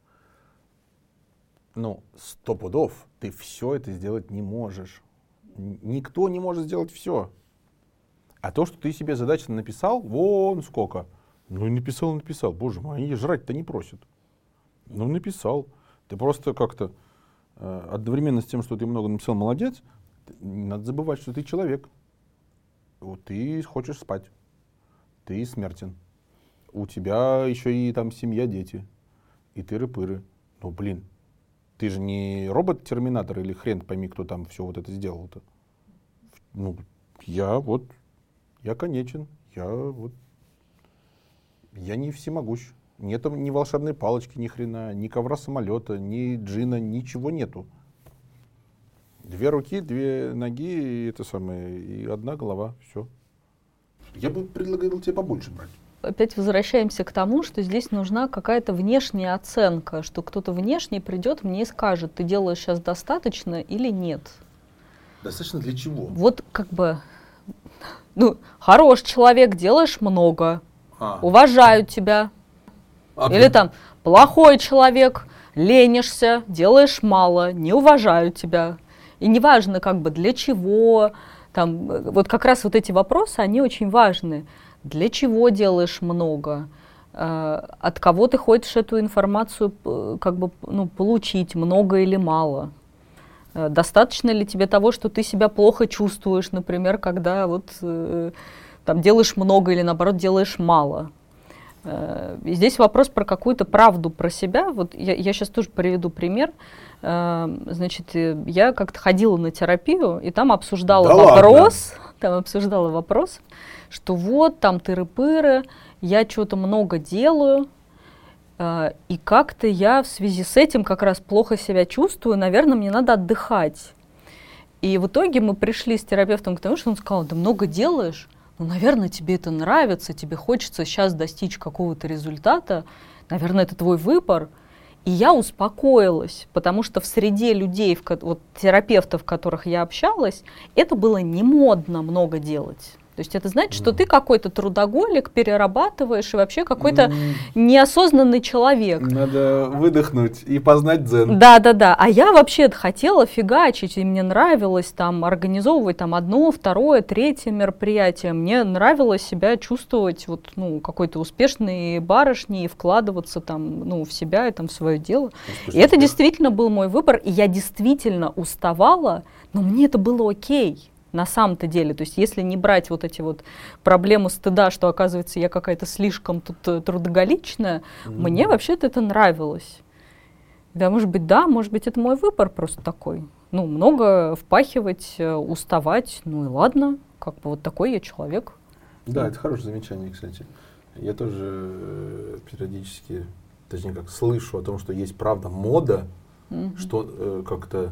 100 пудов ты все это сделать не можешь. Никто не может сделать все. А то, что ты себе задачно написал, вон сколько. Написал. Боже мой, они жрать-то не просят. Написал. Ты просто как-то одновременно с тем, что ты много написал, молодец, не надо забывать, что ты человек. Вот ты хочешь спать. Ты смертен. У тебя еще и там семья, дети. И тыры-пыры. Ты же не робот-терминатор или хрен пойми, кто там все вот это сделал-то. Я конечен. Я не всемогущ. Нет ни волшебной палочки, ни хрена, ни ковра самолета, ни джина, ничего нету. 2 руки, 2 ноги, и одна голова. Все. Я бы предлагал тебе побольше брать. Опять возвращаемся к тому, что здесь нужна какая-то внешняя оценка, что кто-то внешний придет мне и скажет, ты делаешь сейчас достаточно или нет. Достаточно для чего? Вот хорош человек, делаешь много, уважают тебя. Или там, плохой человек, ленишься, делаешь мало, не уважают тебя. И неважно, для чего. Там, вот как раз вот эти вопросы, они очень важны. Для чего делаешь много? От кого ты хочешь эту информацию получить, много или мало? Достаточно ли тебе того, что ты себя плохо чувствуешь, например, когда делаешь много или наоборот делаешь мало? И здесь вопрос про какую-то правду про себя. Вот я сейчас тоже приведу пример. Значит, я как-то ходила на терапию, и там обсуждала вопрос, что вот там тыры-пыры, я что-то много делаю, и как-то я в связи с этим как раз плохо себя чувствую, наверное, мне надо отдыхать. И в итоге мы пришли с терапевтом к тому, что он сказал, да много делаешь, наверное, тебе это нравится, тебе хочется сейчас достичь какого-то результата, наверное, это твой выбор. И я успокоилась, потому что в среде людей, терапевтов, в которых я общалась, это было не модно много делать. То есть это значит, что ты какой-то трудоголик, перерабатываешь и вообще какой-то неосознанный человек. Надо выдохнуть и познать дзен. Да. А я вообще хотела фигачить, и мне нравилось организовывать 1, 2, 3 мероприятие. Мне нравилось себя чувствовать какой-то успешной барышней и вкладываться в себя и в свое дело. И это действительно был мой выбор, и я действительно уставала, но мне это было окей. На самом-то деле, то есть если не брать эти проблемы стыда, что, оказывается, я какая-то слишком тут трудоголичная, мне вообще-то это нравилось. Да, может быть, это мой выбор просто такой. Много впахивать, уставать, и ладно, такой я человек. Да, это хорошее замечание, кстати. Я тоже периодически, точнее, слышу о том, что есть, правда, мода, что как-то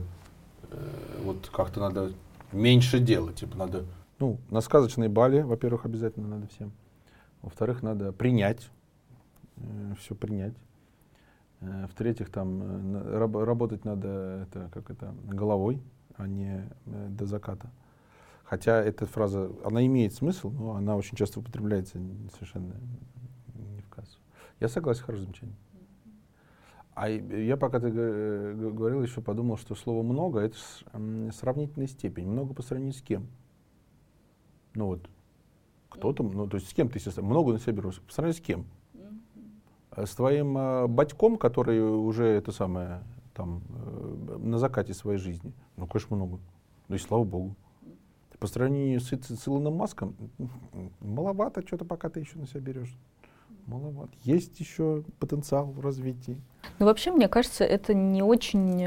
надо меньше делать, надо, на сказочной Бали, во-первых, обязательно надо всем, во-вторых, надо принять, все принять, в-третьих, работать надо, головой, а не до заката. Хотя эта фраза, она имеет смысл, но она очень часто употребляется совершенно не в кассу. Я согласен, хорошее замечание. А я пока ты говорил, еще подумал, что слово «много» — это сравнительная степень. Много по сравнению с кем? Ну вот, кто-то, ну то есть с кем ты, естественно, много на себя берешь, по сравнению с кем? С твоим батьком, который уже это самое, там, на закате своей жизни? Ну, конечно, много. Ну и слава богу. По сравнению с Илоном Маском, маловато что-то пока ты еще на себя берешь. Маловато. Есть еще потенциал в развитии. Ну, вообще, мне кажется, это не очень,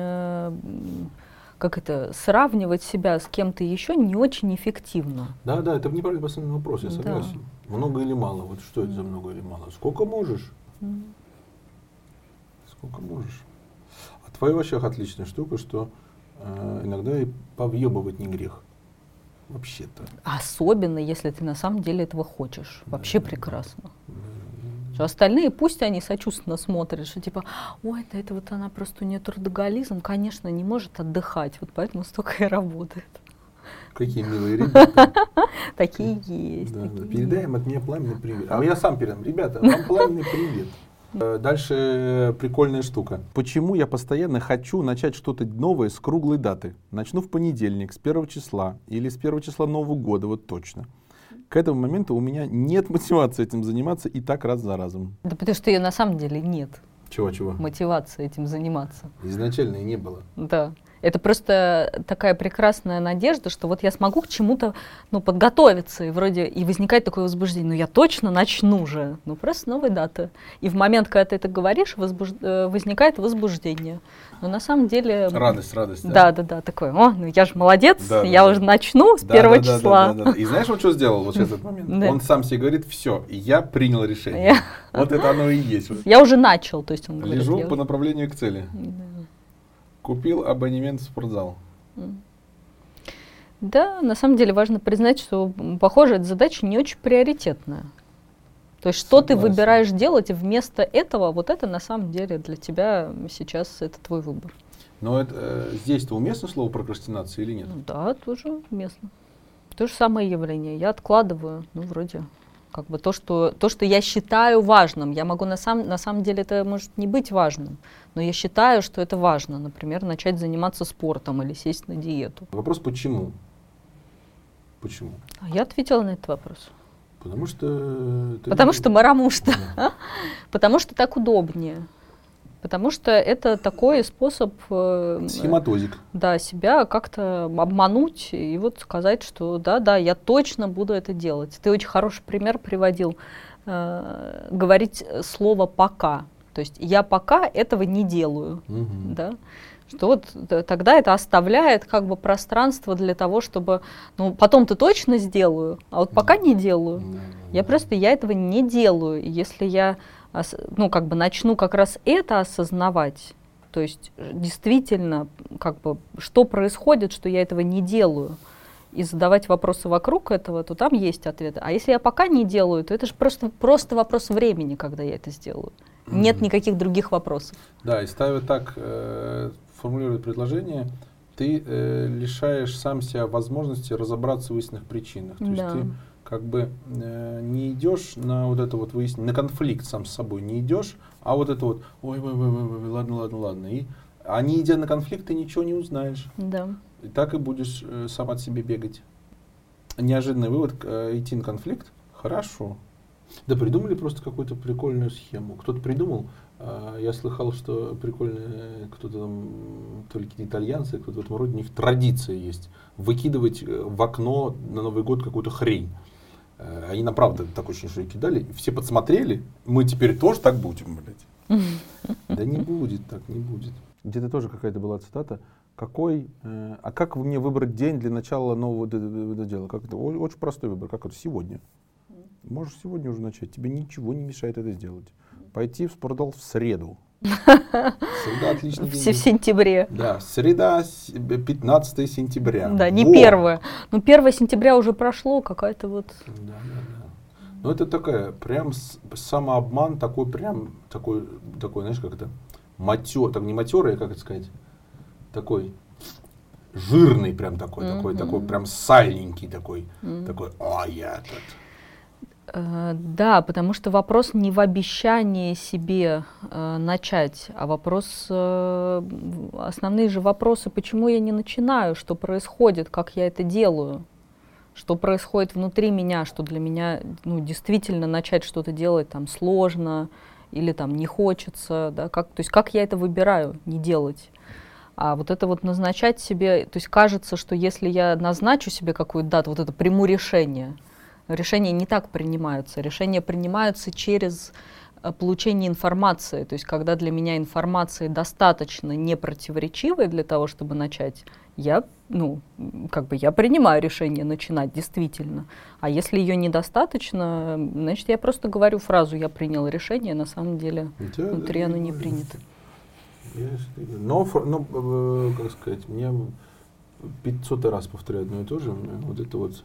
сравнивать себя с кем-то еще не очень эффективно. Да, это неправильный последний вопрос, я согласен. Да. Много или мало? Вот что это за много или мало? Сколько можешь? Сколько можешь? А твоя вообще отличная штука, что иногда и повъебывать не грех. Вообще-то. Особенно, если ты на самом деле этого хочешь. Вообще прекрасно. Что остальные, пусть они сочувственно смотрят, что типа, ой, да это вот она просто, у нее трудоголизм, конечно, не может отдыхать, вот поэтому столько и работает. Какие милые ребята. Такие есть. Передаем от меня пламенный привет. А я сам передам. Ребята, вам пламенный привет. Дальше прикольная штука. Почему я постоянно хочу начать что-то новое с круглой даты? Начну в понедельник, с 1 числа, или с 1 числа Нового года, вот точно. К этому моменту у меня нет мотивации этим заниматься и так раз за разом. Да потому что ее на самом деле нет. Чего? Мотивации этим заниматься. Изначально и не было. Да. Это просто такая прекрасная надежда, что вот я смогу к чему-то, подготовиться, и вроде и возникает такое возбуждение. Я точно начну же. Просто новая дата. И в момент, когда ты это говоришь, возникает возбуждение. Но на самом деле... Радость. Да. Такое, я же молодец, я уже начну с 1 числа. Да. И знаешь, он что сделал вот сейчас этот момент? Да. Он сам себе говорит, все, я принял решение. Вот это оно и есть. Я уже начал, то есть он говорит. Лежу по направлению к цели. Купил абонемент в спортзал. Да, на самом деле важно признать, что, похоже, эта задача не очень приоритетная. То есть, что ты выбираешь делать вместо этого, вот это на самом деле для тебя сейчас это твой выбор. Но здесь-то уместно слово прокрастинация или нет? Да, тоже уместно. То же самое явление. Я откладываю, вроде... то, что я считаю важным. Я могу на самом деле это может не быть важным, но я считаю, что это важно. Например, начать заниматься спортом или сесть на диету. Вопрос почему? Почему? Я ответила на этот вопрос. Потому что... Потому что. Потому что так удобнее. Потому что это такой способ... Схематозик. Да, себя как-то обмануть и вот сказать, что да, я точно буду это делать. Ты очень хороший пример приводил. Говорить слово «пока». То есть я пока этого не делаю. Да? Что вот тогда это оставляет пространство для того, чтобы... потом-то точно сделаю, а вот пока не делаю. Я этого не делаю. И если я... начну как раз это осознавать, то есть действительно, что происходит, что я этого не делаю, и задавать вопросы вокруг этого, то там есть ответы. А если я пока не делаю, то это же просто вопрос времени, когда я это сделаю. Нет никаких других вопросов. Да, и ставя так, формулируя предложение, ты лишаешь сам себя возможности разобраться в истинных причинах. То есть ты не идешь на вот это вот выяснение, на конфликт сам с собой не идешь, а вот это вот, ой, ладно. А не идя на конфликт, ты ничего не узнаешь. Да. И так и будешь сам от себя бегать. Неожиданный вывод, идти на конфликт, хорошо. Да придумали просто какую-то прикольную схему. Кто-то придумал, я слыхал, что прикольные, кто-то там, то ли какие-то итальянцы, кто-то в этом роде, у них традиция есть, выкидывать в окно на Новый год какую-то хрень. Они нам правда так очень что кидали, все подсмотрели, мы теперь тоже так будем, блядь. Да не будет так, не будет. Где-то тоже какая-то была цитата. А как мне выбрать день для начала нового дела? Как это? Очень простой выбор. Как это? Сегодня. Можешь сегодня уже начать. Тебе ничего не мешает это сделать. Пойти в спортзал в среду. Среда отличный день. В сентябре. Да, среда 15 сентября. Да, не 1. 1 сентября уже прошло, какая-то вот... Да. Ну это такая, прям самообман, такой, знаешь, как это, так не матерый, как это сказать, такой жирный прям такой прям сальненький такой, я тут. Да, потому что вопрос не в обещании себе начать, а основные же вопросы, почему я не начинаю, что происходит, как я это делаю, что происходит внутри меня, что для меня действительно начать что-то делать там сложно или там не хочется, да, то есть как я это выбираю не делать. А вот это вот назначать себе, то есть кажется, что если я назначу себе какую-то дату, вот это приму решение, решения не так принимаются. Решения принимаются через получение информации. То есть когда для меня информации достаточно непротиворечивой для того, чтобы начать, я принимаю решение начинать действительно. А если ее недостаточно, значит, я просто говорю фразу «я принял решение», на самом деле внутри оно не принято. Но, как сказать, мне 500 раз повторяю одно и то же. Вот это вот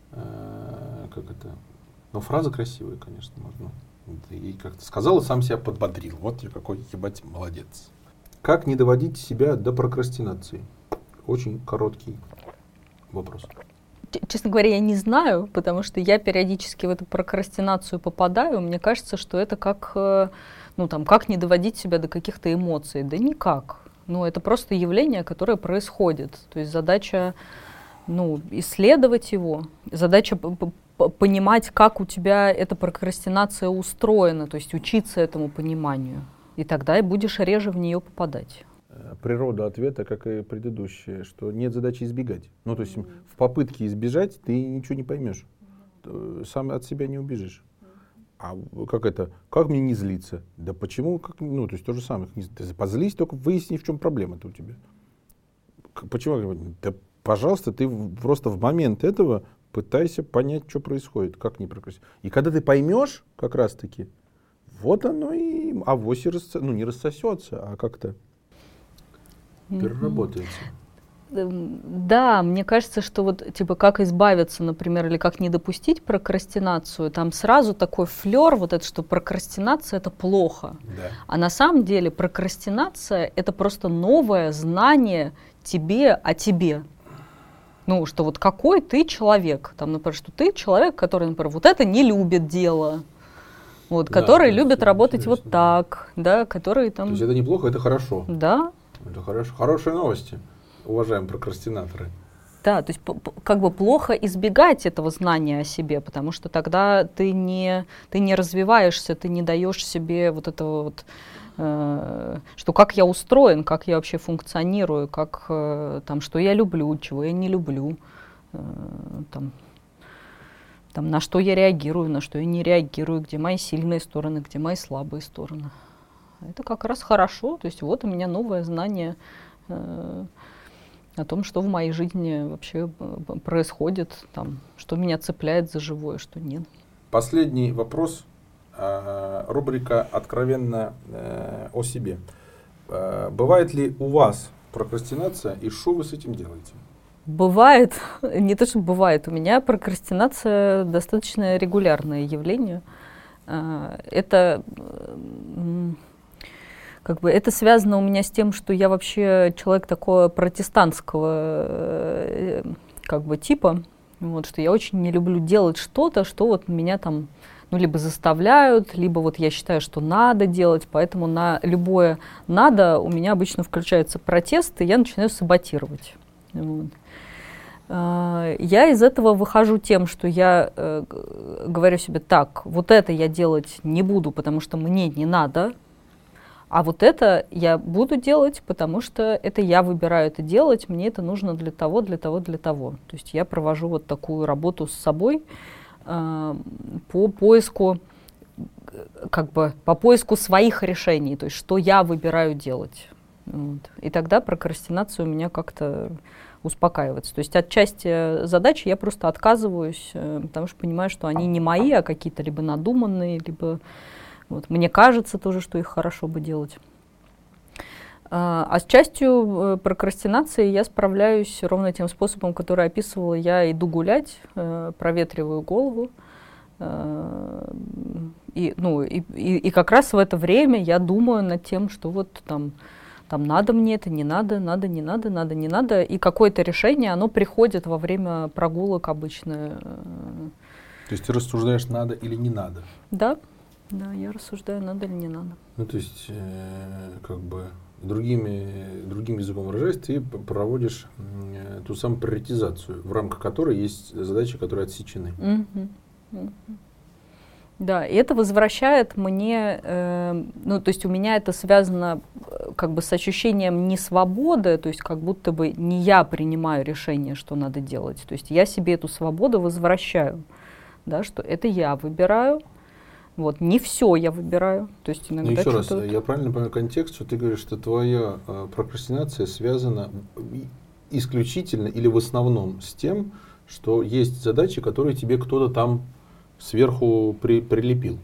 но фраза красивая, конечно, можно. И как-то сказал, и сам себя подбодрил. Вот я какой, ебать, молодец. Как не доводить себя до прокрастинации? Очень короткий вопрос. Честно говоря, я не знаю, потому что я периодически в эту прокрастинацию попадаю. Мне кажется, что это как не доводить себя до каких-то эмоций. Да никак. Это просто явление, которое происходит. То есть задача исследовать его, задача понимать, как у тебя эта прокрастинация устроена, то есть учиться этому пониманию. И тогда и будешь реже в нее попадать. Природа ответа, как и предыдущее, что нет задачи избегать. То есть в попытке избежать ты ничего не поймешь. Сам от себя не убежишь. А как мне не злиться? Да почему? То есть то же самое. Позлись, только выясни, в чем проблема-то у тебя. Почему? Да, пожалуйста, ты просто в момент этого пытайся понять, что происходит, как не прокрастинировать. И когда ты поймешь, как раз-таки, вот оно и авось не рассосется, а как-то переработается. Да, мне кажется, что как избавиться, например, или как не допустить прокрастинацию, там сразу такой флер, что прокрастинация — это плохо. Да. А на самом деле прокрастинация — это просто новое знание тебе о тебе. Что какой ты человек. Например, что ты человек, который, например, вот это не любит дело. Который любит работать вот так, да, который там... То есть это неплохо, это хорошо. Да. Это хорошо. Хорошие новости, уважаемые прокрастинаторы. Да, то есть плохо избегать этого знания о себе, потому что тогда ты не развиваешься, ты не даешь себе вот этого что как я устроен, как я вообще функционирую, что я люблю, чего я не люблю, на что я реагирую, на что я не реагирую, где мои сильные стороны, где мои слабые стороны. Это как раз хорошо, то есть у меня новое знание о том, что в моей жизни вообще происходит, что меня цепляет за живое, что нет. Последний вопрос. Рубрика «Откровенно о себе». Бывает ли у вас прокрастинация и что вы с этим делаете? Бывает, не то что бывает, у меня прокрастинация достаточно регулярное явление. Это связано у меня с тем, что я вообще человек такого протестантского типа, что я очень не люблю делать что-то, что меня либо заставляют, либо я считаю, что надо делать, поэтому на любое «надо» у меня обычно включается протест, и я начинаю саботировать. Я из этого выхожу тем, что я говорю себе так, вот это я делать не буду, потому что мне не надо, а вот это я буду делать, потому что это я выбираю это делать, мне это нужно для того. То есть я провожу такую работу с собой, по поиску своих решений, то есть что я выбираю делать. И тогда прокрастинация у меня как-то успокаивается. То есть от части задач я просто отказываюсь, потому что понимаю, что они не мои, а какие-то либо надуманные, либо мне кажется тоже, что их хорошо бы делать. А с частью прокрастинации я справляюсь ровно тем способом, который описывала. Я иду гулять, проветриваю голову. И как раз в это время я думаю над тем, что надо мне это, не надо, надо, не надо, надо, не надо. И какое-то решение, оно приходит во время прогулок обычно. То есть ты рассуждаешь, надо или не надо? Да, да, я рассуждаю, надо или не надо. Ну, то есть, как бы, другим языком выражаясь, ты проводишь ту самую приоритизацию, в рамках которой есть задачи, которые отсечены. Да, и это возвращает мне, ну, то есть у меня это связано как бы с ощущением несвободы, то есть как будто бы не я принимаю решение, что надо делать. То есть я себе эту свободу возвращаю, да, что это я выбираю, вот, не все я выбираю. То есть иногда еще раз, я правильно понимаю контекст, что ты говоришь, что твоя прокрастинация связана исключительно или в основном с тем, что есть задачи, которые тебе кто-то там сверху прилепил.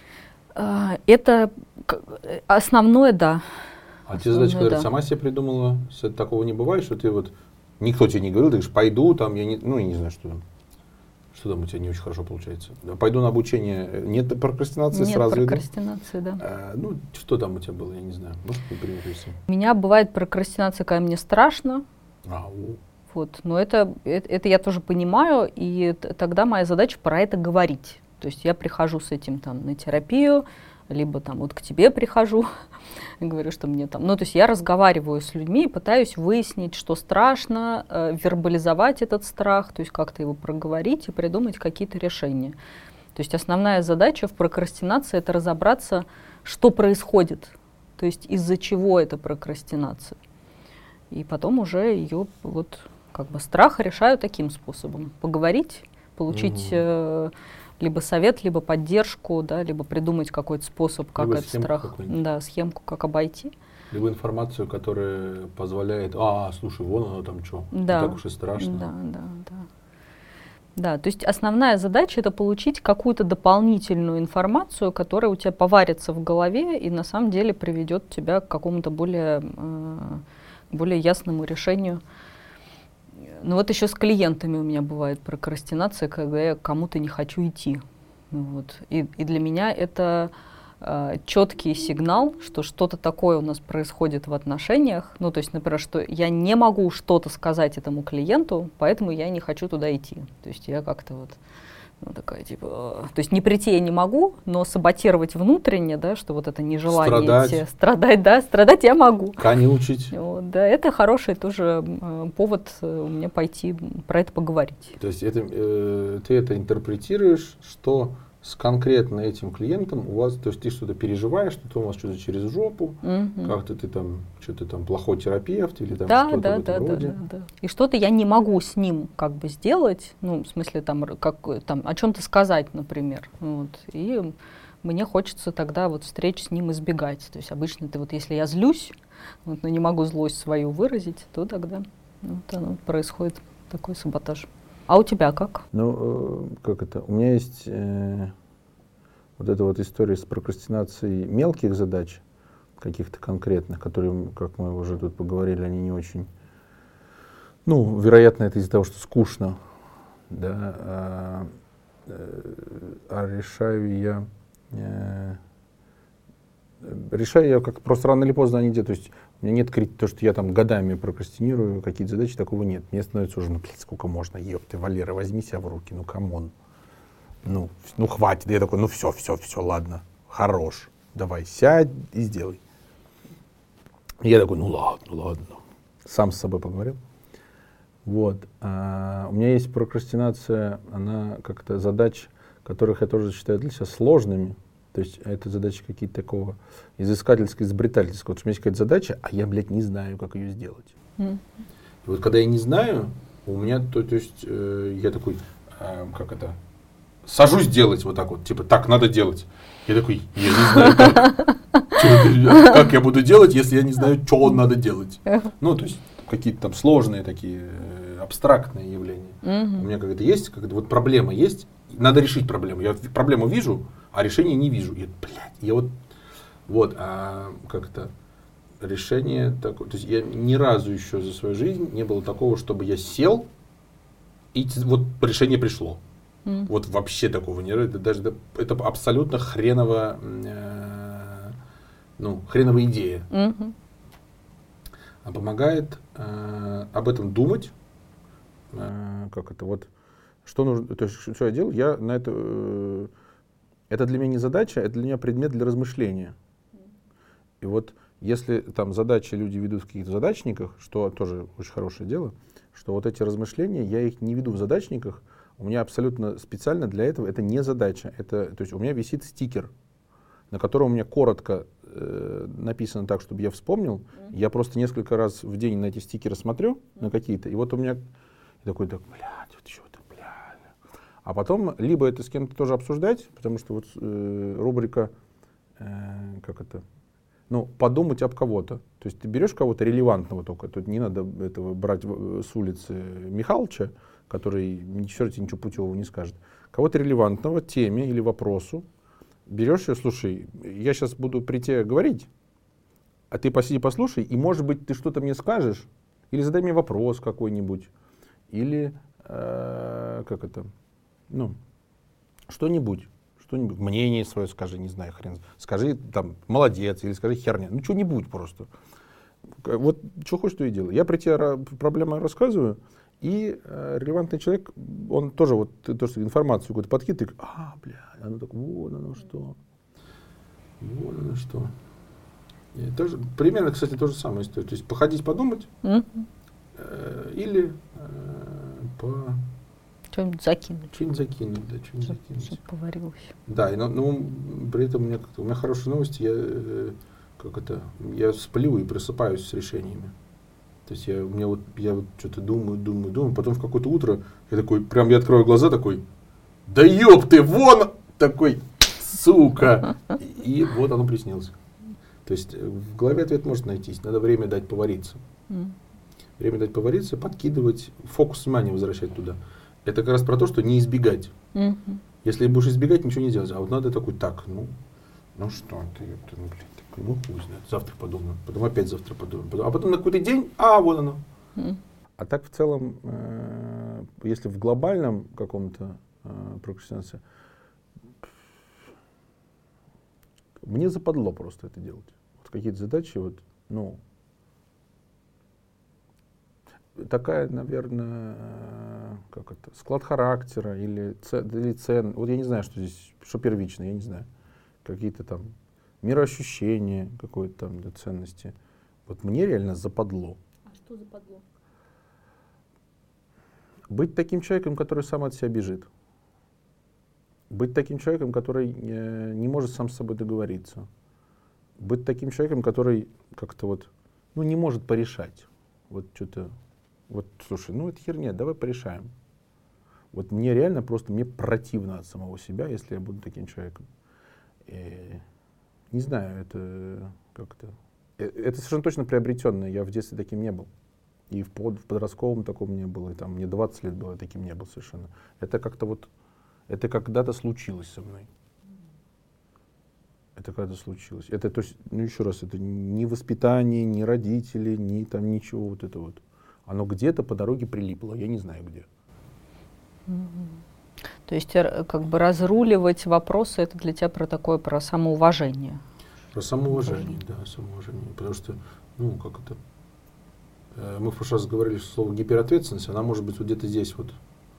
Это основное, да. А те задачи, которые ты сама себе придумала, такого не бывает, что ты вот, никто тебе не говорил, ты говоришь, пойду, там, я не знаю, что там. Что там у тебя не очень хорошо получается? Пойду на обучение. Нет прокрастинации Нет сразу? Нет прокрастинации, да. Ну, что там у тебя было, я не знаю. Может, не пример? У меня бывает прокрастинация, когда мне страшно. Вот. Но это я тоже понимаю, и тогда моя задача про это говорить. То есть я прихожу с этим там на терапию, либо там вот к тебе прихожу, и говорю, что мне там... Ну, то есть я разговариваю с людьми и пытаюсь выяснить, что страшно, вербализовать этот страх, то есть как-то его проговорить и придумать какие-то решения. То есть основная задача в прокрастинации — это разобраться, что происходит, то есть из-за чего эта прокрастинация. И потом уже ее вот как бы страх решаю таким способом. Поговорить, получить либо совет, либо поддержку, да, либо придумать какой-то способ, как этот страх, да, схемку, как обойти. Либо информацию, которая позволяет, слушай, вон оно там что, да. не так уж и страшно. Да. Да, то есть основная задача — это получить какую-то дополнительную информацию, которая у тебя поварится в голове и на самом деле приведет тебя к какому-то более ясному решению. Ну вот еще с клиентами у меня бывает прокрастинация, когда я к кому-то не хочу идти. Вот. И для меня это четкий сигнал, что что-то такое у нас происходит в отношениях. Ну, то есть, например, что я не могу что-то сказать этому клиенту, поэтому я не хочу туда идти. То есть я как-то вот такая, типа... То есть не прийти я не могу, но саботировать внутренне, да, что вот это нежелание страдать я могу. Конючить. Вот, да, это хороший тоже повод у меня пойти про это поговорить. То есть ты это интерпретируешь, что с конкретно этим клиентом у вас, то есть ты что-то переживаешь, что-то у вас что-то через жопу, как-то ты там, что-то там плохой терапевт или там что-то в этом роде. Да. И что-то я не могу с ним как бы сделать, ну, в смысле там, о чем-то сказать, например. Вот. И мне хочется тогда вот встреч с ним избегать. То есть обычно ты вот, если я злюсь, вот, но не могу злость свою выразить, то тогда вот происходит такой саботаж. А у тебя как? Ну, как это? У меня есть вот эта вот история с прокрастинацией мелких задач, каких-то конкретных, которые, как мы уже тут поговорили, они не очень... Ну, вероятно, это из-за того, что скучно, да, решаю я как просто рано или поздно они делают. То есть у меня нет то, что я там годами прокрастинирую какие-то задачи, такого нет. Мне становится уже, сколько можно, ёпты, Валера, возьми себя в руки, камон. Ну, хватит. Я такой, все, ладно, хорош, давай, сядь и сделай. И я такой, ладно. Сам с собой поговорил. Вот. У меня есть прокрастинация, она как-то задач, которых я тоже считаю для себя сложными. То есть это задачи какие-то такого изыскательско-изобретательского. Вот у меня есть какая-то задача, а я, не знаю, как ее сделать. И вот когда я не знаю, у меня, то есть я такой, сажусь делать вот так вот, типа, так надо делать. Я такой, я не знаю, как я буду делать, если я не знаю, что надо делать. Ну, то есть какие-то там сложные такие абстрактные явления. У меня как-то есть, вот проблема есть, надо решить проблему. Я проблему вижу, а решения не вижу. Как-то решение такое. То есть я ни разу еще за свою жизнь не было такого, чтобы я сел, и вот решение пришло. Вот вообще такого не было. Это абсолютно хреновая идея. А помогает об этом думать, Что нужно, то есть, что я делал? Я на это, это для меня не задача, это для меня предмет для размышления. И вот если там задачи люди ведут в каких-то задачниках, что тоже очень хорошее дело, что вот эти размышления, я их не веду в задачниках, у меня абсолютно специально для этого это не задача. То есть у меня висит стикер, на котором у меня коротко написано так, чтобы я вспомнил. Я просто несколько раз в день на эти стикеры смотрю, на какие-то, и вот у меня такой, блядь, вот что-то, блядь. А потом либо это с кем-то тоже обсуждать, потому что вот рубрика, как это, ну, подумать об кого-то. То есть ты берешь кого-то релевантного только, тут не надо этого брать с улицы Михалыча, который все тебе ничего путевого не скажет. Кого-то релевантного теме или вопросу. Берешь ее, слушай, я сейчас буду при тебе говорить, а ты посиди, послушай, и, может быть, ты что-то мне скажешь, или задай мне вопрос какой-нибудь, или, как это, ну, что-нибудь, мнение свое скажи, не знаю, хрен, скажи, там, молодец, или скажи херня, ну, что-нибудь просто. Вот, что хочешь, то и делай. Я при тебе проблему рассказываю, и релевантный человек, он тоже вот то, что информацию какую-то подкидывает, бля, оно так, вот оно что. Вот оно что. И тоже, примерно, кстати, то же самое история. То есть походить, подумать, или по... Что-нибудь закинуть. Что-нибудь закинуть, да, что-нибудь закинуть. Чтобы поварилось. Да, но при этом у меня хорошие новости, я сплю и просыпаюсь с решениями. То есть я вот что-то думаю, потом в какое-то утро я такой, прям я открою глаза такой, да ёб ты, вон такой, сука. И вот оно приснилось. То есть в голове ответ может найтись, надо время дать повариться. Время дать повариться, подкидывать, фокус внимания возвращать туда. Это как раз про то, что не избегать. Если будешь избегать, ничего не делать. А вот надо такой, так, ну что ты, ну хуй знает, завтра подумаю, потом опять завтра подумаю, а потом на какой-то день, вот оно. А так в целом, если в глобальном каком-то прокрастинации, мне западло просто это делать. Вот какие-то задачи, вот, ну, такая, наверное, как это, склад характера или цен. Вот я не знаю, что здесь, что первично, я не знаю. Какие-то там мироощущения, какой-то там ценности. Вот мне реально западло. А что западло? Быть таким человеком, который сам от себя бежит. Быть таким человеком, который не может сам с собой договориться. Быть таким человеком, который как-то вот, ну, не может порешать. Вот что-то, вот, слушай, ну это херня, давай порешаем. Вот мне реально просто, мне противно от самого себя, если я буду таким человеком. Не знаю, это как-то... Это совершенно точно приобретенное. Я в детстве таким не был. И в подростковом таком не было. И там мне 20 лет было, я таким не был совершенно. Это как-то вот... Это когда-то случилось со мной. Это когда-то случилось. Это, то есть, ну еще раз, это ни воспитание, ни родители, ни там ничего вот это вот. Оно где-то по дороге прилипло, я не знаю где. То есть, как бы разруливать вопросы, это для тебя про самоуважение? Про самоуважение, да, самоуважение. Потому что, ну, как это... Мы в прошлый раз говорили, что слово гиперответственность, она может быть вот где-то здесь вот,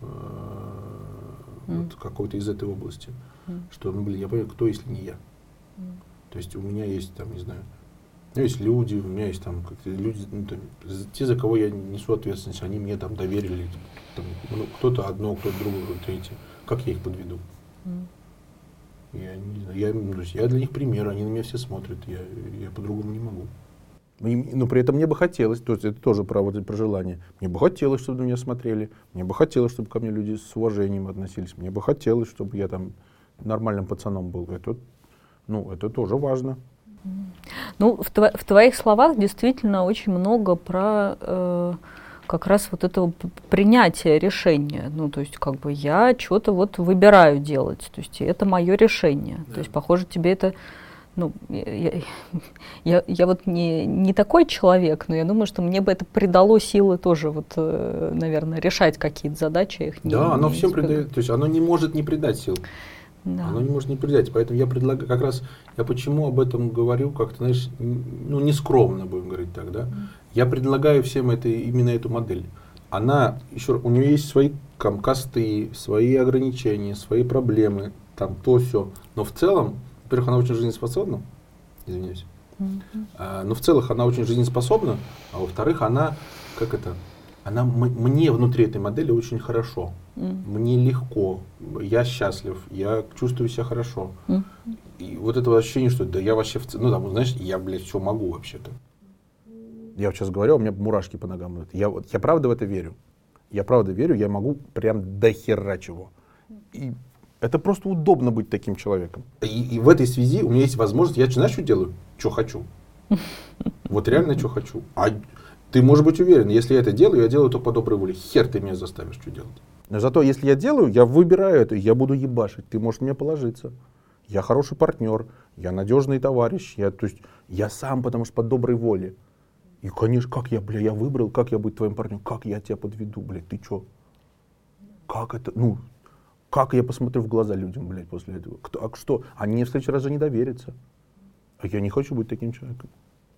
вот какой-то из этой области. Что, ну, блин, я понимаю, кто, если не я. То есть у меня есть, там, не знаю, у меня есть люди, у меня есть там как-то люди, ну, там, те, за кого я несу ответственность, они мне там доверили, там, ну, кто-то одно, кто-то другое, кто-то третье. Как я их подведу? Я не знаю, я для них пример, они на меня все смотрят, я по-другому не могу. Но при этом мне бы хотелось, то есть это тоже про желание, мне бы хотелось, чтобы на меня смотрели, мне бы хотелось, чтобы ко мне люди с уважением относились, мне бы хотелось, чтобы я там нормальным пацаном был. Это тоже важно. Ну, в твоих словах действительно очень много про как раз вот этого принятия решения. Ну, то есть, как бы я что-то вот выбираю делать. То есть, это мое решение. Да. То есть, похоже, тебе это... Ну, я вот не такой человек, но я думаю, что мне бы это придало силы тоже, вот, наверное, решать какие-то задачи. Их да, оно всем придает, то есть оно не может не придать сил. Да. Оно не может не придать. Поэтому я предлагаю, как раз, я почему об этом говорю, как-то, знаешь, ну, нескромно будем говорить так, да. Я предлагаю всем именно эту модель. она еще, у нее есть свои косты, свои ограничения, свои проблемы, там то все. Но в целом, во-первых, она очень жизнеспособна, извиняюсь. Но в целом она очень жизнеспособна, а во-вторых, она, как это, она мне внутри этой модели очень хорошо. Мне легко, я счастлив, я чувствую себя хорошо. И вот это ощущение, что да я вообще, ну там, знаешь, я, блядь, все могу вообще-то. Я вот сейчас говорю, у меня мурашки по ногам. Я правда в это верю. Я правда верю, я могу прям до хера чего. И это просто удобно быть таким человеком. И в этой связи у меня есть возможность, я знаешь, что делаю? Что хочу. Вот реально, что хочу. А ты можешь быть уверен, если я это делаю, я делаю это по доброй воле. Хер ты меня заставишь что делать. Но зато если я делаю, я выбираю это, я буду ебашить. Ты можешь мне положиться. Я хороший партнер, я надежный товарищ. То есть я сам, потому что по доброй воле. И, конечно, как я выбрал, как я быть твоим партнером, как я тебя подведу, блядь, ты чё? Как это, как я посмотрю в глаза людям, блядь, после этого? Что? Они мне в следующий раз же не доверятся. А я не хочу быть таким человеком.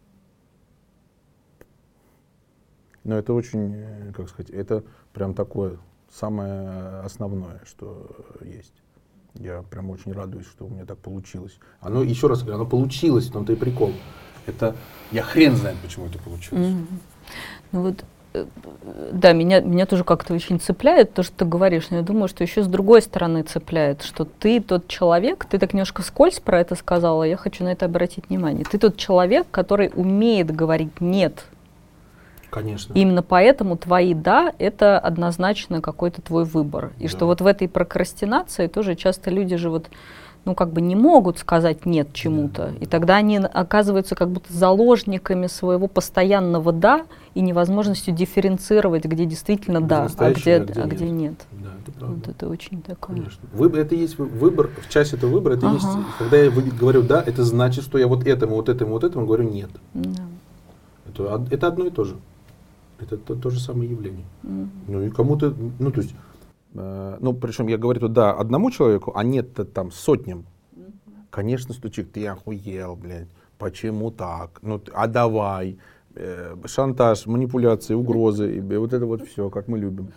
Но это очень, как сказать, это прям такое самое основное, что есть. Я прям очень радуюсь, что у меня так получилось. Оно, еще раз говорю, оно получилось, в том-то и прикол. Это, я хрен знает, почему это получилось. Ну вот, да, меня тоже как-то очень цепляет то, что ты говоришь, но я думаю, что еще с другой стороны цепляет, что ты тот человек, ты так немножко вскользь про это сказала, я хочу на это обратить внимание. Ты тот человек, который умеет говорить «нет». Конечно. Именно поэтому твои «да» — это однозначно какой-то твой выбор. И что вот в этой прокрастинации тоже часто люди же вот, как бы не могут сказать «нет» чему-то. И тогда они оказываются как будто заложниками своего постоянного «да» и невозможностью дифференцировать, где действительно «да», а где нет. Да, это правда. Вот это очень такое. Конечно. Это есть выбор, в части этого выбора, это есть, когда я говорю «да», это значит, что я вот этому говорю «нет». Да. Это одно и то же. Это то же самое явление. Ну и кому-то, то есть, причем я говорю да одному человеку, а нет-то там сотням. Конечно, стучик, ты охуел, блядь, почему так? А давай. Шантаж, манипуляции, угрозы, и вот это вот все, как мы любим.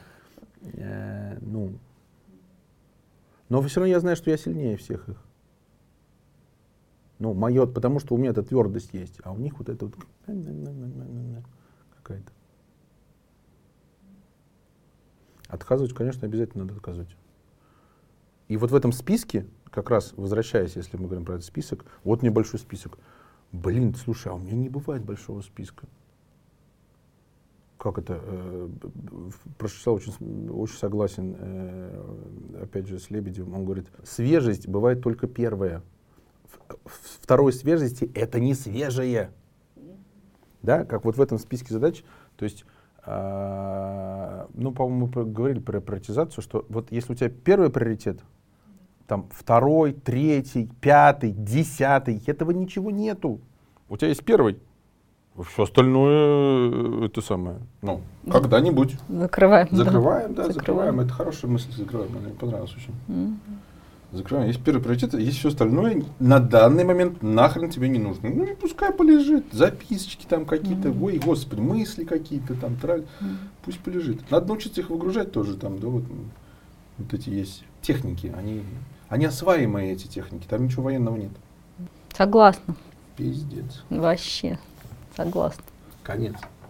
Но все равно я знаю, что я сильнее всех их. Потому что у меня эта твердость есть, а у них вот это вот какая-то. Отказывать, конечно, обязательно надо отказывать. И вот в этом списке, как раз возвращаясь, если мы говорим про этот список, вот небольшой список. Блин, слушай, а у меня не бывает большого списка. Как это? Прочитал, очень согласен, опять же, с Лебедевым. Он говорит, свежесть бывает только первая. Второй свежести — это не свежее. Да, как вот в этом списке задач, то есть, по-моему, мы говорили про приоритизацию, что вот если у тебя первый приоритет, там второй, третий, пятый, 10, этого ничего нету. У тебя есть первый, все остальное это самое. Когда-нибудь. Закрываем. Закрываем. Это хорошая мысль, закрываем. Мне понравилось очень. Закрываем. Есть первый приоритет, есть все остальное. На данный момент нахрен тебе не нужно. И пускай полежит. Записочки там какие-то. Ой, господи, мысли какие-то там. Пусть полежит. Надо научиться их выгружать тоже. Там, да, вот эти есть техники. Они осваиваемые, эти техники. Там ничего военного нет. Согласна. Пиздец. Вообще. Согласна. Конец.